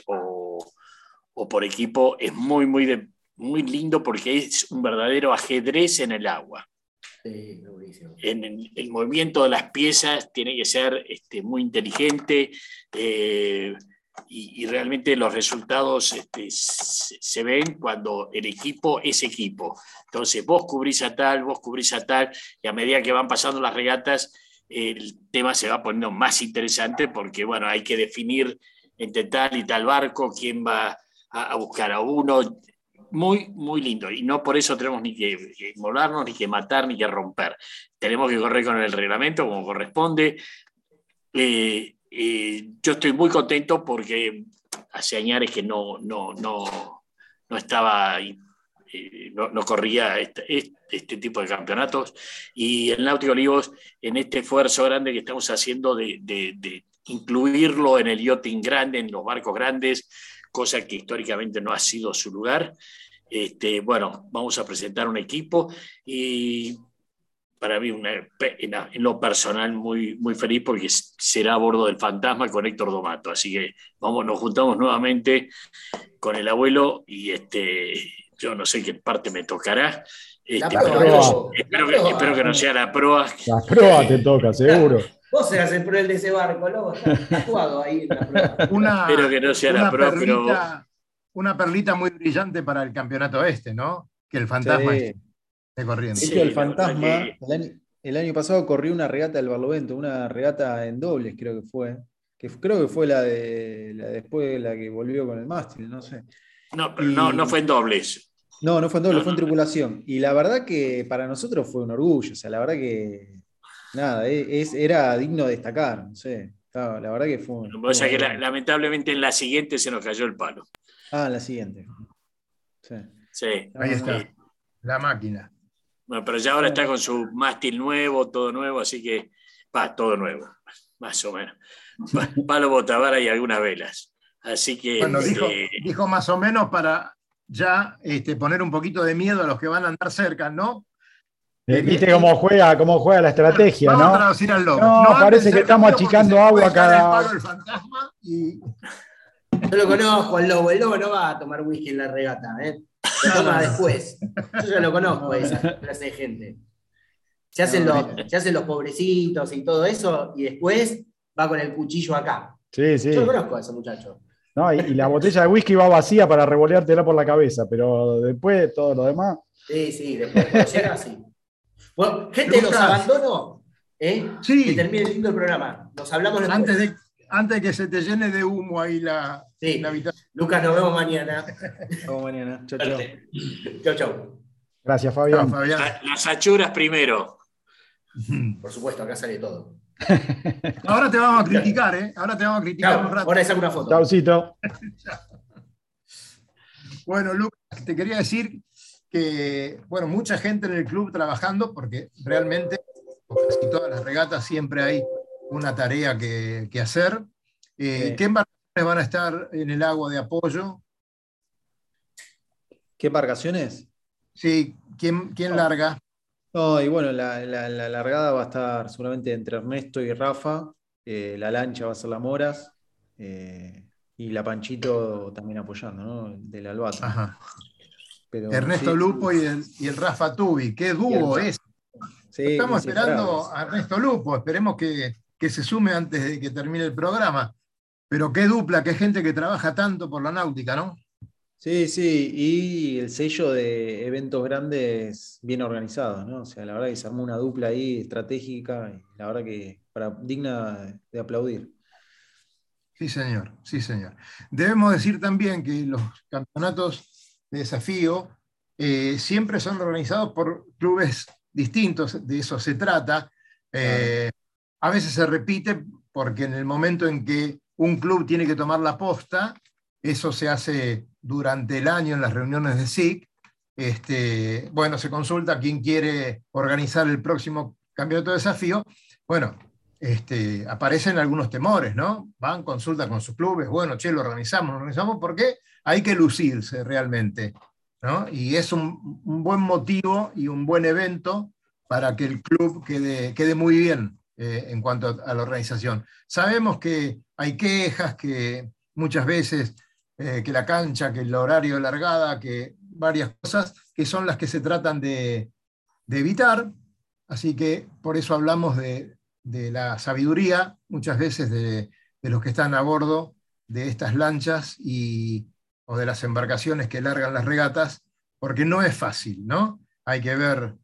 o por equipo, es muy lindo porque es un verdadero ajedrez en el agua. Sí, buenísimo. En el movimiento de las piezas tiene que ser muy inteligente y realmente los resultados se ven cuando el equipo es equipo. Entonces vos cubrís a tal y a medida que van pasando las regatas el tema se va poniendo más interesante porque bueno, hay que definir entre tal y tal barco quién va a buscar a uno. Muy, muy lindo. Y no por eso tenemos ni que molarnos, ni que matar, ni que romper. Tenemos que correr con el reglamento como corresponde. Yo estoy muy contento porque hace años que no estaba, no corría este tipo de campeonatos. Y el Náutico Olivos, en este esfuerzo grande que estamos haciendo de incluirlo en el yachting grande, en los barcos grandes, cosa que históricamente no ha sido su lugar. Bueno, vamos a presentar un equipo y para mí en lo personal muy, muy feliz porque será a bordo del Fantasma con Héctor Domato. Así que nos juntamos nuevamente con el abuelo y yo no sé qué parte me tocará. Espero que no sea la proa. La proa te toca, seguro. Vos serás el pro de ese barco, loco. Está tatuado ahí en la proa. Espero que no sea la proa, pero una perlita muy brillante para el campeonato ¿no? Que el Fantasma esté corriendo. De hecho, el Fantasma el año pasado corrió una regata del Barlovento, una regata en dobles, creo que fue. Creo que fue la después de la que volvió con el mástil, no sé. No, pero no fue en dobles. No fue en dobles, fue en tripulación. Y la verdad que para nosotros fue un orgullo. O sea, la verdad que nada, era digno de destacar. No sé. La verdad que fue. O sea que lamentablemente en la siguiente se nos cayó el palo. En la siguiente. Sí. Ahí está. La máquina. Bueno, pero ya ahora está con su mástil nuevo, todo nuevo, así que todo nuevo, más o menos. Palo botavara y algunas velas. Así que. Bueno, dijo más o menos para ya poner un poquito de miedo a los que van a andar cerca, ¿no? ¿Viste cómo juega la estrategia, Vamos no? a traducir al lobo. No, parece que anden cerca estamos mío porque achicando se agua puede caer el cada. palo el fantasma y... Yo lo conozco al lobo. El lobo no va a tomar whisky en la regata, ¿eh? Lo toma después. Yo ya lo conozco, esa clase de gente. Se hacen los pobrecitos y todo eso, y después va con el cuchillo acá. Sí, sí. Yo lo conozco a ese muchacho. No, y la botella de whisky va vacía para revoleártela por la cabeza, pero después todo lo demás. Sí, después cuando llega, sí. Bueno, gente, los abandono. Sí. Que termine lindo el programa. Nos hablamos después. Antes de que se te llene de humo ahí la habitación. Lucas, nos vemos mañana. Nos vemos mañana. Chau, chau. Chau. Gracias, Fabián. Chao, Fabián. Las achuras primero. Por supuesto, acá sale todo. Ahora te vamos a criticar, ¿eh? Ahora te vamos a criticar Chau, un rato. ahora saco una foto. Chaucito. Bueno, Lucas, te quería decir que, bueno, mucha gente en el club trabajando, porque realmente casi todas las regatas siempre hay una tarea que hacer. ¿Qué embarcaciones van a estar en el agua de apoyo? ¿Qué embarcaciones? Sí, ¿quién larga? No, y bueno, la largada va a estar seguramente entre Ernesto y Rafa. La lancha va a ser la Moras. Y la Panchito también apoyando, ¿no? Del Albato. Ajá. Pero, Ernesto sí, Lupo y el Rafa Tubi. ¡Qué dúo es! Sí, Estamos esperando inseparables. a Ernesto Lupo. Esperemos que se sume antes de que termine el programa. Pero qué dupla, qué gente que trabaja tanto por la náutica, ¿no? Sí, sí, y el sello de eventos grandes bien organizados, ¿no? O sea, la verdad que se armó una dupla ahí estratégica y la verdad que digna de aplaudir. Sí, señor, sí, señor. Debemos decir también que los campeonatos de desafío siempre son organizados por clubes distintos, de eso se trata. A veces se repite porque en el momento en que un club tiene que tomar la posta, eso se hace durante el año en las reuniones de SIC. Bueno, se consulta quién quiere organizar el próximo campeonato de desafío. Bueno, aparecen algunos temores, ¿no? Van, consultan con sus clubes, bueno, lo organizamos porque hay que lucirse realmente, ¿no? Y es un buen motivo y un buen evento para que el club quede muy bien en cuanto a la organización. Sabemos que hay quejas, que muchas veces que la cancha, que el horario de largada, que varias cosas que son las que se tratan de evitar, así que por eso hablamos de la sabiduría, muchas veces de los que están a bordo de estas lanchas o de las embarcaciones que largan las regatas, porque no es fácil, ¿no? Hay que ver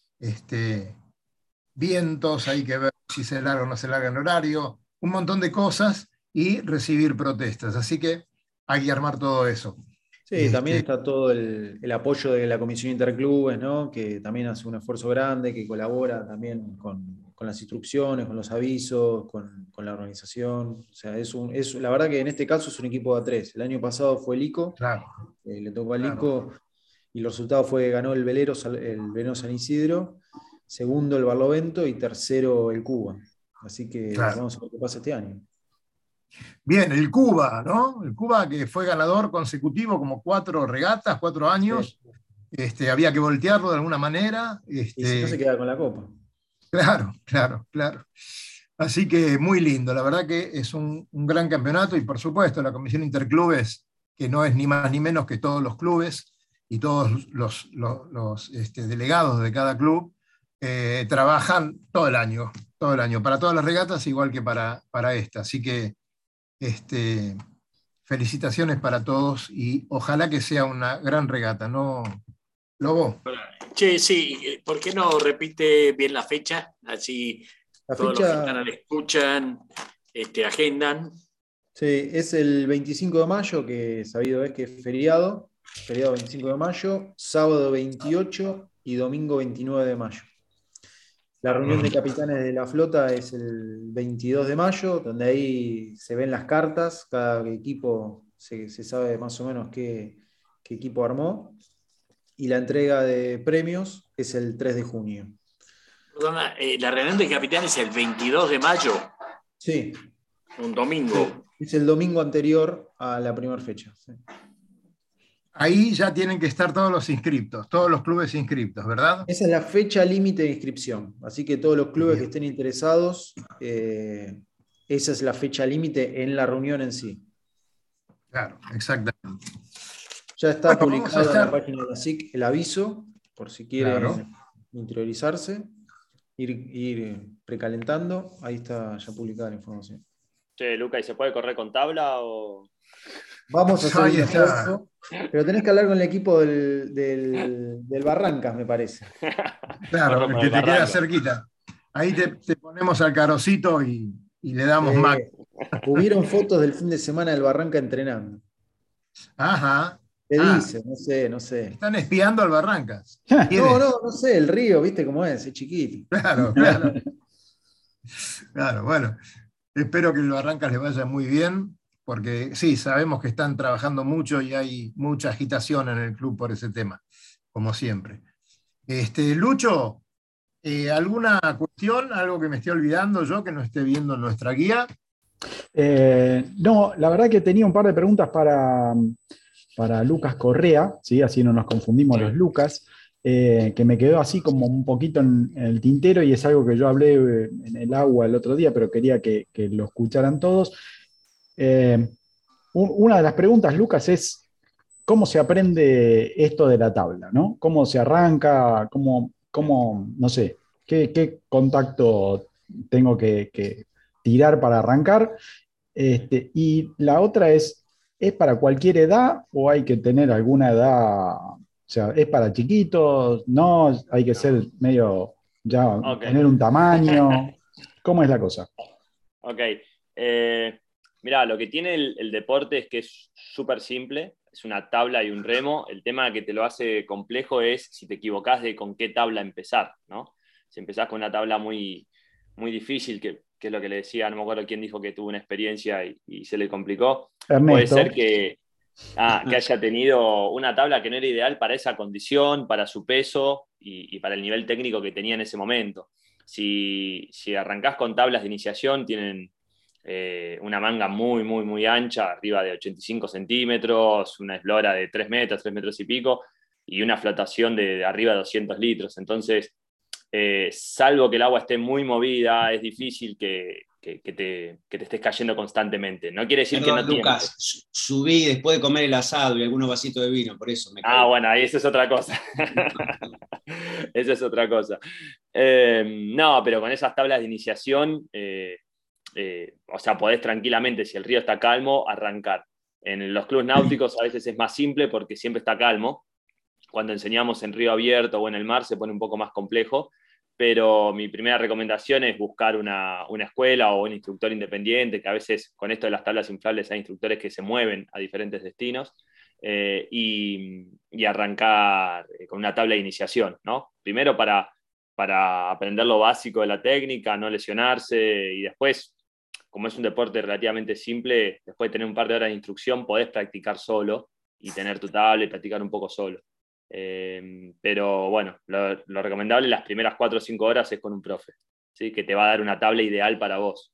vientos, hay que ver si se larga o no se larga en horario, un montón de cosas y recibir protestas. Así que hay que armar todo eso. Sí, también está todo el apoyo de la Comisión Interclubes, ¿no? Que también hace un esfuerzo grande, que colabora también con las instrucciones, con los avisos, con la organización. O sea, la verdad que en este caso es un equipo de A3. El año pasado fue el ICO, claro, le tocó al ICO y los resultados ganó el Velero San Isidro, segundo el Barlovento y tercero el Cuba. Así que vamos a ver qué pasa este año. Bien, el Cuba, ¿no? El Cuba que fue ganador consecutivo como 4 regatas, 4 años. Sí. Había que voltearlo de alguna manera. Y si no se queda con la copa. Claro. Así que muy lindo. La verdad que es un gran campeonato y por supuesto la Comisión Interclubes, que no es ni más ni menos que todos los clubes y todos los delegados de cada club, trabajan todo el año, para todas las regatas igual que para esta. Así que felicitaciones para todos y ojalá que sea una gran regata, ¿no, Lobo? Che, sí, ¿por qué no repite bien la fecha? Así todos los que están al escuchan, agendan. Sí, es el 25 de mayo, que sabido es que es feriado 25 de mayo, sábado 28 y domingo 29 de mayo. La reunión de capitanes de la flota es el 22 de mayo, donde ahí se ven las cartas, cada equipo se sabe más o menos qué equipo armó, y la entrega de premios es el 3 de junio. Perdona, la reunión de capitanes es el 22 de mayo, Sí, un domingo. es el domingo anterior a la primera fecha. Sí. Ahí ya tienen que estar todos los inscriptos, todos los clubes inscriptos, ¿verdad? Esa es la fecha límite de inscripción. Así que todos los clubes que Bien. estén interesados, esa es la fecha límite en la reunión en sí. Claro, exactamente. Ya está Bueno, vamos a publicado en la estar. página de la SIC el aviso, por si quieren Claro. interiorizarse, ir precalentando. Ahí está ya publicada la información. Che, Luca, ¿y se puede correr con tabla o...? Vamos a hacer Ahí un está. esfuerzo, pero tenés que hablar con el equipo del Barrancas, me parece. Claro, Corro el por que el te queda barranco. cerquita. Ahí te ponemos al carocito y le damos Sí. más. Hubieron fotos del fin de semana del Barranca entrenando. Ajá. ¿Qué Ah, dice? No sé. están espiando al Barrancas. ¿Quién es? No sé, el río, ¿viste cómo es chiquito. Claro, claro. Claro, bueno. Espero que el Barrancas le vaya muy bien, porque sí, sabemos que están trabajando mucho y hay mucha agitación en el club por ese tema, como siempre. Lucho, ¿alguna cuestión, algo que me esté olvidando yo que no esté viendo en nuestra guía? No, la verdad que tenía un par de preguntas para Lucas Correa, ¿sí? Así no nos confundimos los Lucas, que me quedó así como un poquito en el tintero y es algo que yo hablé en el agua el otro día, pero quería que lo escucharan todos. Eh, una de las preguntas, Lucas, es cómo se aprende esto de la tabla, ¿no? ¿Cómo se arranca? No sé, qué contacto tengo que tirar para arrancar? Y la otra ¿es para cualquier edad o hay que tener alguna edad? O sea, ¿es para chiquitos? ¿No? ¿Hay que ser medio, ya, Ok. tener un tamaño? ¿Cómo es la cosa? Ok. Mirá, lo que tiene el deporte es que es súper simple, es una tabla y un remo. El tema que te lo hace complejo es si te equivocás de con qué tabla empezar, ¿no? Si empezás con una tabla muy, muy difícil, que es lo que le decía, no me acuerdo quién dijo que tuvo una experiencia y se le complicó, puede Ernesto. ser que haya tenido una tabla que no era ideal para esa condición, para su peso y para el nivel técnico que tenía en ese momento. Si arrancás con tablas de iniciación, tienen una manga muy, muy, muy ancha, arriba de 85 centímetros, una eslora de 3 metros, 3 metros y pico, y una flotación de arriba de 200 litros. Entonces, salvo que el agua esté muy movida, es difícil que te estés cayendo constantemente. No quiere decir que Perdón, no tiemble. Lucas, subí después de comer el asado y algunos vasitos de vino, por eso me caí. Bueno, ahí eso es otra cosa. Eso es otra cosa. No, pero con esas tablas de iniciación, o sea, podés tranquilamente, si el río está calmo, arrancar. En los clubes náuticos a veces es más simple porque siempre está calmo. Cuando enseñamos en río abierto o en el mar se pone un poco más complejo, pero mi primera recomendación es buscar una escuela o un instructor independiente, que a veces con esto de las tablas inflables hay instructores que se mueven a diferentes destinos, y arrancar con una tabla de iniciación, ¿no? Primero para aprender lo básico de la técnica, no lesionarse, y después, como es un deporte relativamente simple, después de tener un par de horas de instrucción, podés practicar solo y tener tu tabla y practicar un poco solo. Pero bueno, lo recomendable las primeras 4 o 5 horas es con un profe, ¿sí? Que te va a dar una tabla ideal para vos.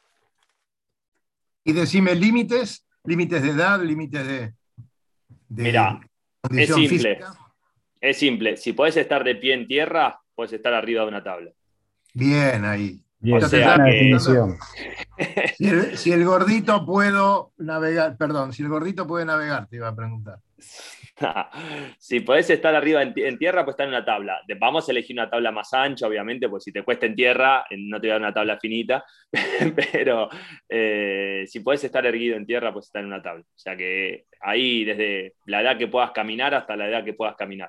Y decime límites de edad, límites de Mirá, es condición simple. física. Es simple. Si podés estar de pie en tierra, podés estar arriba de una tabla. Bien ahí. Bien, Ya te sea estaba buena que- definición. Si el gordito puedo navegar, perdón, si el gordito puede navegar, te iba a preguntar. Si podés estar arriba en tierra, pues estar en una tabla. Vamos a elegir una tabla más ancha, obviamente, pues si te cuesta en tierra, no te voy a dar una tabla finita, pero si podés estar erguido en tierra, pues estar en una tabla. O sea que ahí, desde la edad que puedas caminar hasta la edad que puedas caminar.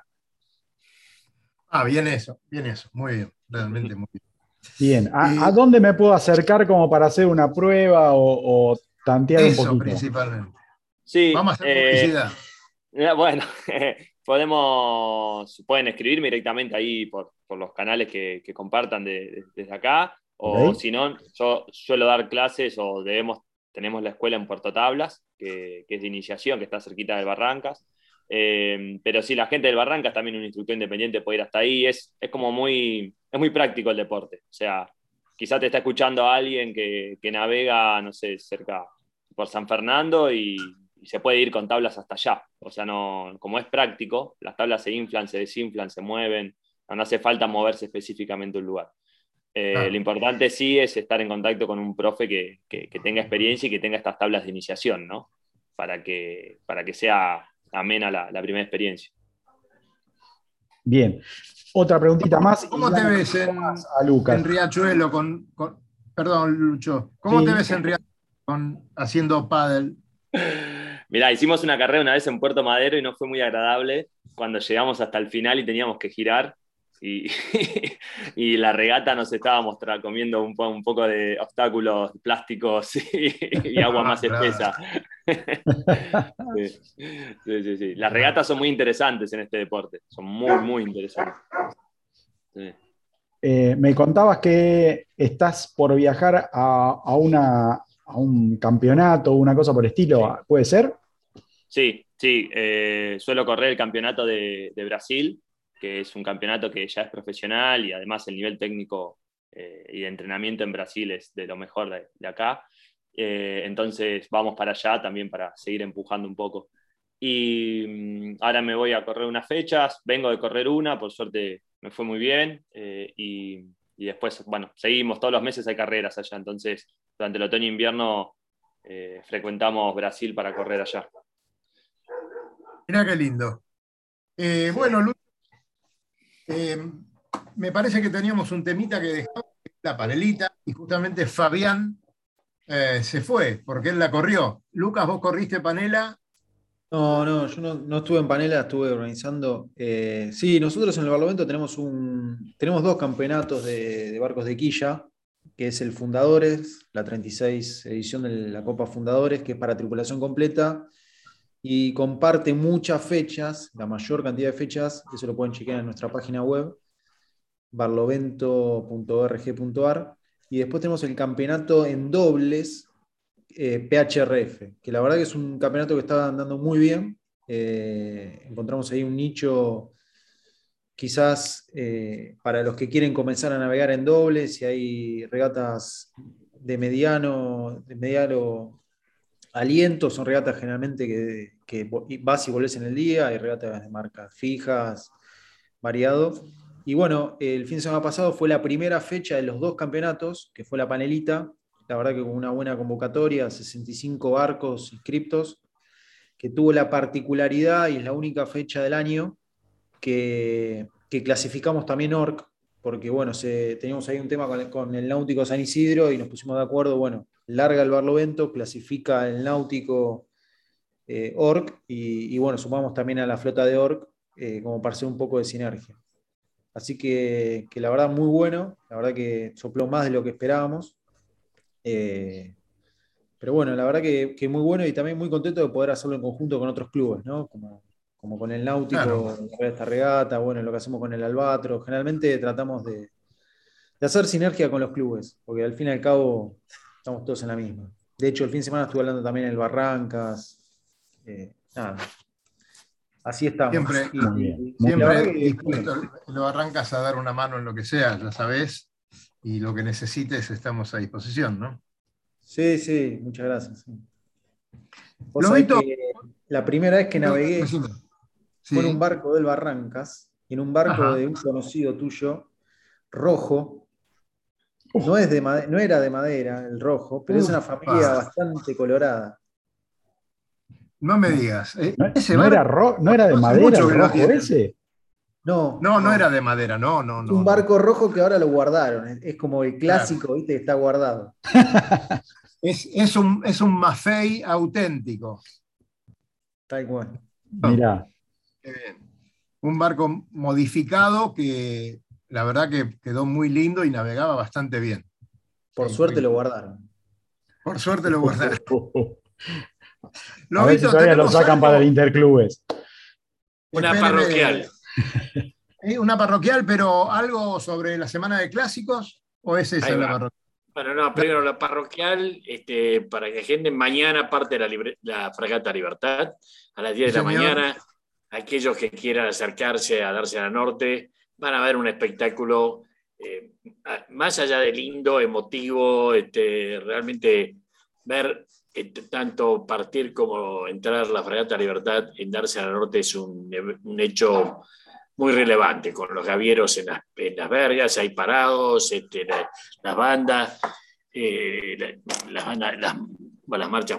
Bien eso, muy bien, realmente muy bien. Bien, ¿a Y dónde me puedo acercar como para hacer una prueba o tantear un eso poquito? principalmente. Sí, Vamos a hacer publicidad. bueno, pueden escribirme directamente ahí por los canales que compartan desde acá, o Ok. si no, yo suelo dar clases o tenemos la escuela en Puerto Tablas, que es de iniciación, que está cerquita del Barrancas. Pero sí, la gente del Barrancas, también un instructor independiente puede ir hasta ahí, es es muy práctico el deporte. O sea, quizás te está escuchando alguien que navega, no sé, cerca por San Fernando y se puede ir con tablas hasta allá. O sea, no, como es práctico, las tablas se inflan, se desinflan, se mueven, no hace falta moverse específicamente a un lugar. Claro. Lo importante sí es estar en contacto con un profe que tenga experiencia y que tenga estas tablas de iniciación, ¿no? Para que sea amena la primera experiencia. Bien. Otra preguntita más. ¿Cómo te ves a Lucas? en Riachuelo perdón, Lucho, ¿cómo Sí. te ves en Riachuelo haciendo pádel? Mirá, hicimos una carrera una vez en Puerto Madero y no fue muy agradable cuando llegamos hasta el final y teníamos que girar. Y, y la regata nos estábamos comiendo un poco de obstáculos plásticos y agua más espesa. Sí. Las regatas son muy interesantes en este deporte, son muy interesantes. Sí. Me contabas que estás por viajar a un campeonato o una cosa por el estilo, ¿puede ser? Sí, suelo correr el campeonato de Brasil, que es un campeonato que ya es profesional y además el nivel técnico y de entrenamiento en Brasil es de lo mejor de acá. Entonces vamos para allá también para seguir empujando un poco. Y ahora me voy a correr unas fechas, vengo de correr una, por suerte me fue muy bien, y después, bueno, seguimos, todos los meses hay carreras allá, entonces durante el otoño e invierno frecuentamos Brasil para correr allá. Mirá qué lindo. Bueno, Lucho, me parece que teníamos un temita que dejamos, la panelita, y justamente Fabián se fue, porque él la corrió. Lucas, ¿vos corriste panela? No, yo no estuve en panela, estuve organizando. Sí, nosotros en el Barlovento tenemos dos campeonatos de barcos de quilla, que es el Fundadores, la 36 edición de la Copa Fundadores, que es para tripulación completa, y comparte muchas fechas, la mayor cantidad de fechas, eso lo pueden chequear en nuestra página web, barlovento.org.ar, y después tenemos el campeonato en dobles, PHRF, que la verdad que es un campeonato que está andando muy bien. Encontramos ahí un nicho quizás para los que quieren comenzar a navegar en dobles, y hay regatas de mediano aliento, son regatas generalmente que vas y volvés en el día, hay regatas de marcas fijas, variado. Y bueno, el fin de semana pasado fue la primera fecha de los dos campeonatos, que fue la panelita, la verdad que con una buena convocatoria, 65 barcos inscriptos, que tuvo la particularidad, y es la única fecha del año, que clasificamos también ORC, porque bueno, teníamos ahí un tema con el Náutico San Isidro y nos pusimos de acuerdo, bueno, larga el Barlovento, clasifica el Náutico ORC, y bueno, sumamos también a la flota de ORC como para hacer un poco de sinergia. Así que la verdad muy bueno, la verdad que sopló más de lo que esperábamos. Pero bueno, la verdad que muy bueno, y también muy contento de poder hacerlo en conjunto con otros clubes, ¿no? Como con el Náutico, Claro. esta regata, bueno, lo que hacemos con el Albatro. Generalmente tratamos de hacer sinergia con los clubes, porque al fin y al cabo estamos todos en la misma. De hecho, el fin de semana estuve hablando también en el Barrancas. Nada. Así estamos. Siempre, Muy bien. siempre dispuesto, lo arrancas a dar una mano en lo que sea, ya sabés, y lo que necesites estamos a disposición, ¿no? Sí, muchas gracias. Sí. Vos sabés Lobito, que la primera vez que navegué sí. fue en un barco del Barrancas, y en un barco de un conocido tuyo, rojo. No era de madera el rojo, pero es una familia bastante colorada. No me digas. Ese ¿No barco, era de hace madera mucho el que lo rojo tienen. ese? No era de madera, no. Es un barco rojo que ahora lo guardaron. Es como el clásico, ¿viste? Que está guardado. Es un Maffei auténtico. Tal cual. Mirá. Qué bien. Un barco modificado que la verdad que quedó muy lindo y navegaba bastante bien. Por suerte lo guardaron. Por suerte lo guardaron. A ver si todavía lo sacan para el Interclubes. Una parroquial. Una parroquial, pero algo sobre la semana de clásicos, ¿o es esa la parroquial? Bueno, no, primero la parroquial, para que agenden mañana parte de la Fragata Libertad, a las 10 de la mañana. Aquellos que quieran acercarse a darse a la norte van a ver un espectáculo más allá de lindo, emotivo, realmente ver tanto partir como entrar la Fragata Libertad en Dársena al Norte es un hecho muy relevante, con los gavieros en las vergas, ahí parados, las bandas, las marchas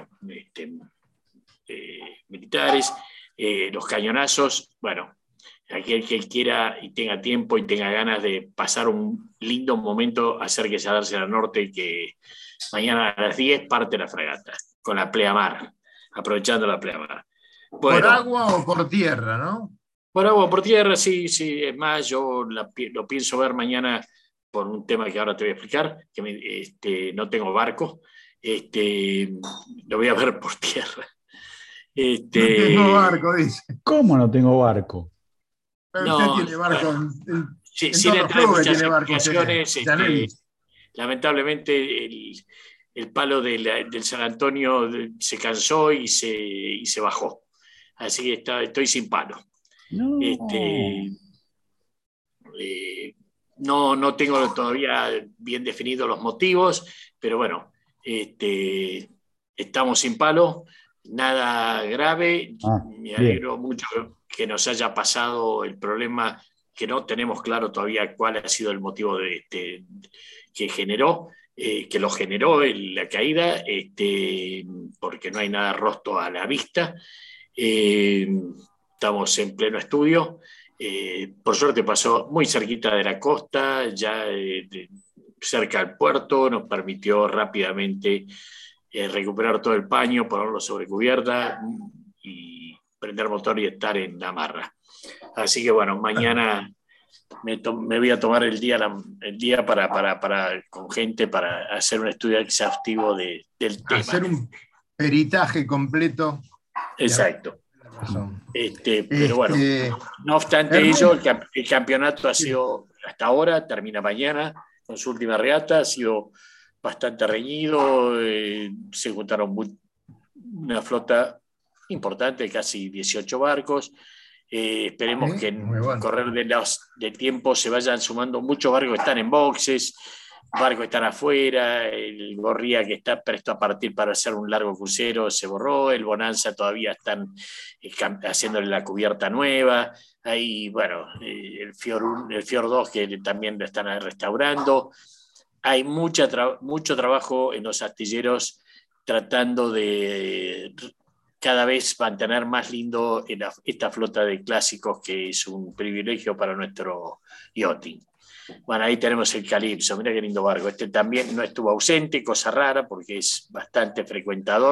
militares, los cañonazos. Bueno, aquel que quiera y tenga tiempo y tenga ganas de pasar un lindo momento, acérquese a Dársena al Norte, que mañana a las 10 parte la fragata, con la pleamar, aprovechando la pleamar. Bueno, ¿por agua o por tierra, no? Por agua, por tierra, sí, sí. Es más, yo lo pienso ver mañana por un tema que ahora te voy a explicar, que no tengo barco. Lo voy a ver por tierra. No tengo barco, dice. ¿Cómo no tengo barco? Pero No, usted tiene barco sí, en sí todos le los trae clubes, muchas tiene barco. explicaciones. Janelli. Lamentablemente, el palo del San Antonio se cansó y se bajó. Así que estoy sin palo. No. No tengo todavía bien definidos los motivos, pero bueno, estamos sin palo, nada grave. Me alegro mucho que nos haya pasado el problema, que no tenemos claro todavía cuál ha sido el motivo que generó, que lo generó la caída, porque no hay nada rostro a la vista. Estamos en pleno estudio. Por suerte pasó muy cerquita de la costa, ya cerca del puerto, nos permitió rápidamente recuperar todo el paño, ponerlo sobre cubierta y prender motor y estar en la amarra. Así que bueno, mañana me voy a tomar el día con gente para hacer un estudio exhaustivo del tema. Hacer un peritaje completo. Exacto. Pero bueno, no obstante ello, el campeonato ha sido hasta ahora, termina mañana con su última regata, ha sido bastante reñido, se juntaron una flota importante, casi 18 barcos. Esperemos que en el correr del tiempo se vayan sumando muchos barcos que están en boxes, barcos que están afuera, el Gorría que está presto a partir para hacer un largo crucero se borró, el Bonanza todavía están haciéndole la cubierta nueva, hay, bueno, el Fiord 2 que también lo están restaurando. Hay mucho trabajo en los astilleros tratando de cada vez mantener más lindo esta flota de clásicos, que es un privilegio para nuestro yachting. Bueno, ahí tenemos el Calypso, mira qué lindo barco. Este también no estuvo ausente, cosa rara porque es bastante frecuentador,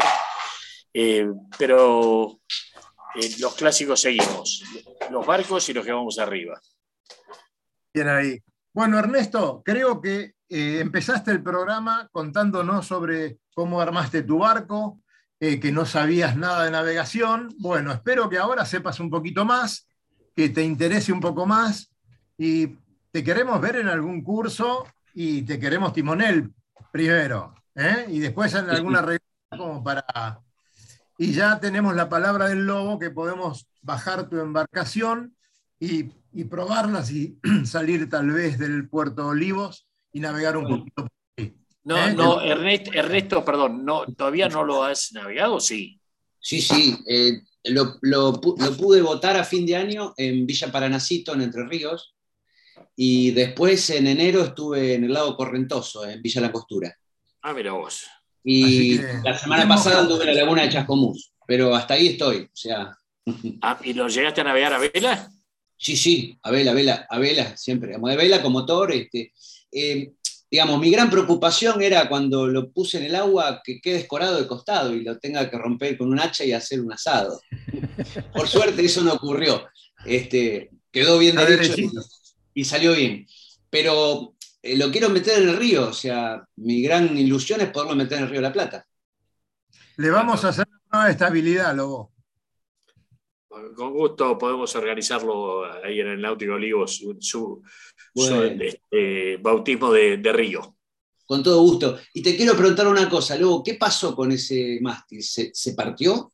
pero los clásicos seguimos, los barcos y los que vamos arriba. Bien ahí. Bueno, Ernesto, creo que empezaste el programa contándonos sobre cómo armaste tu barco, que no sabías nada de navegación. Bueno, espero que ahora sepas un poquito más, que te interese un poco más, y te queremos ver en algún curso y te queremos timonel primero, y después en alguna regla como para... Y ya tenemos la palabra del lobo, que podemos bajar tu embarcación y probarlas y salir tal vez del Puerto de Olivos y navegar un poquito por ahí. No, Ernesto, perdón, ¿todavía no lo has navegado? Sí. Sí, lo pude votar a fin de año en Villa Paranacito, en Entre Ríos, y después en enero estuve en el lago Correntoso, en Villa La Costura. Ah, mira vos. Y la semana pasada anduve en la laguna de Chascomús, pero hasta ahí estoy, o sea... ¿Y lo llegaste a navegar a vela? Sí, a vela, siempre, digamos, de vela con motor. Digamos, mi gran preocupación era cuando lo puse en el agua que quede escorado de costado y lo tenga que romper con un hacha y hacer un asado. Por suerte eso no ocurrió. Quedó bien derecho y salió bien. Pero lo quiero meter en el río, o sea, mi gran ilusión es poderlo meter en el Río de la Plata. Le vamos a hacer una prueba de estabilidad, Lobo. Con gusto podemos organizarlo ahí en el Náutico Olivos, su bautismo de río. Con todo gusto. Y te quiero preguntar una cosa, Lobo, ¿qué pasó con ese mástil? ¿Se partió?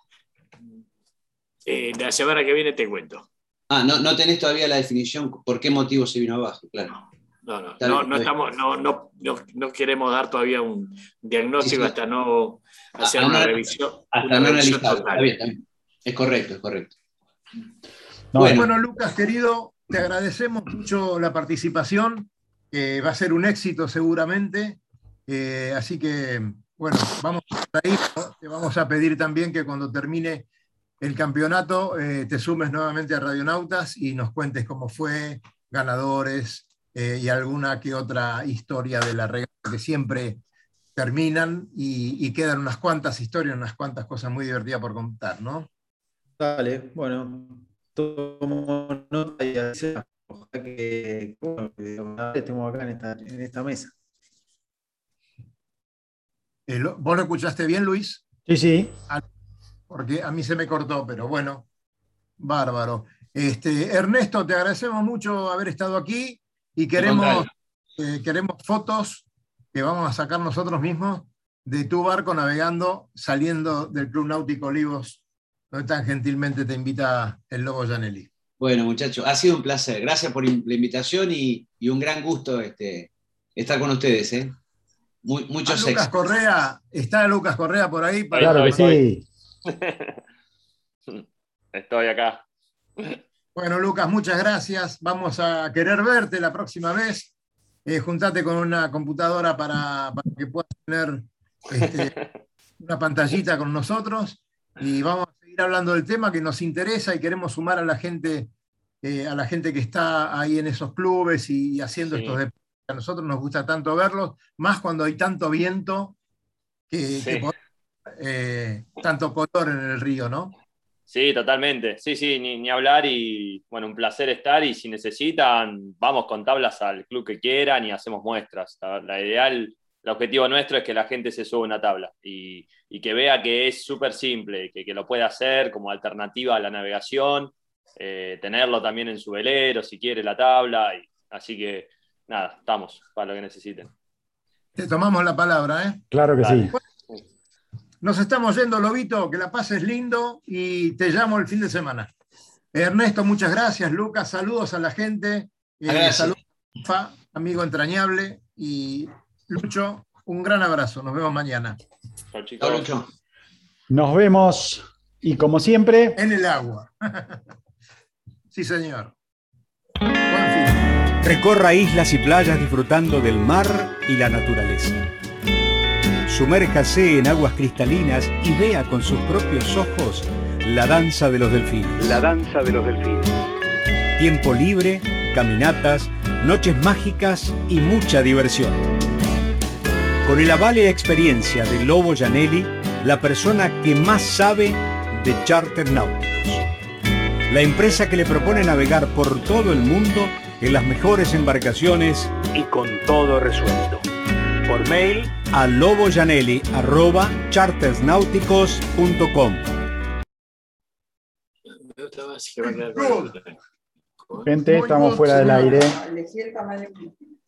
La semana que viene te cuento. No tenés todavía la definición por qué motivo se vino abajo, claro. No queremos dar todavía un diagnóstico hasta no hacer una revisión. Hasta no analizar. Está bien. Es correcto. Bueno, Lucas, querido, te agradecemos mucho la participación. Va a ser un éxito seguramente. Así que, bueno, vamos a ir. Te vamos a pedir también que cuando termine el campeonato te sumes nuevamente a Radionautas y nos cuentes cómo fue, ganadores y alguna que otra historia de la regla, que siempre terminan y quedan unas cuantas historias, unas cuantas cosas muy divertidas por contar, ¿no? Dale, bueno, tomo nota y ojalá que estemos acá en esta mesa. ¿Vos lo escuchaste bien, Luis? Sí. Porque a mí se me cortó, pero bueno, bárbaro. Ernesto, te agradecemos mucho haber estado aquí y queremos fotos que vamos a sacar nosotros mismos de tu barco navegando, saliendo del Club Náutico Olivos, donde tan gentilmente te invita el Lobo Gianelli. Bueno, muchachos, ha sido un placer. Gracias por la invitación y un gran gusto estar con ustedes. Muchos Lucas Correa, ¿está Lucas Correa por ahí? Claro que sí. Estoy acá. Bueno, Lucas, muchas gracias. Vamos a querer verte la próxima vez. Juntate con una computadora para que puedas tener una pantallita con nosotros y vamos a seguir hablando del tema que nos interesa y queremos sumar a la gente que está ahí en esos clubes y haciendo estos deportes. A nosotros nos gusta tanto verlos, más cuando hay tanto viento que tanto color en el río, ¿no? Sí, totalmente. Sí, ni hablar y bueno, un placer estar y si necesitan, vamos con tablas al club que quieran y hacemos muestras. El objetivo nuestro es que la gente se suba a una tabla y que vea que es súper simple, que lo puede hacer como alternativa a la navegación, tenerlo también en su velero si quiere la tabla. Así que nada, estamos para lo que necesiten. Te tomamos la palabra, ¿eh? Claro que sí. Nos estamos yendo, Lobito, que la pases lindo y te llamo el fin de semana. Ernesto, muchas gracias. Lucas, saludos a la gente. Saludos a amigo entrañable. Y Lucho, un gran abrazo. Nos vemos mañana. Chao, chicos. Lucho. Nos vemos y como siempre... en el agua. Sí, señor. Buen fin. Recorra islas y playas disfrutando del mar y la naturaleza. Sumérjase en aguas cristalinas y vea con sus propios ojos la danza de los delfines. La danza de los delfines. Tiempo libre, caminatas, noches mágicas y mucha diversión. Con el aval y la experiencia de Lobo Gianelli, la persona que más sabe de charter náuticos. La empresa que le propone navegar por todo el mundo en las mejores embarcaciones y con todo resuelto. Por mail a lobogianelli@chartersnáuticos.com. Gente, estamos fuera del aire. Elegí el tamaño.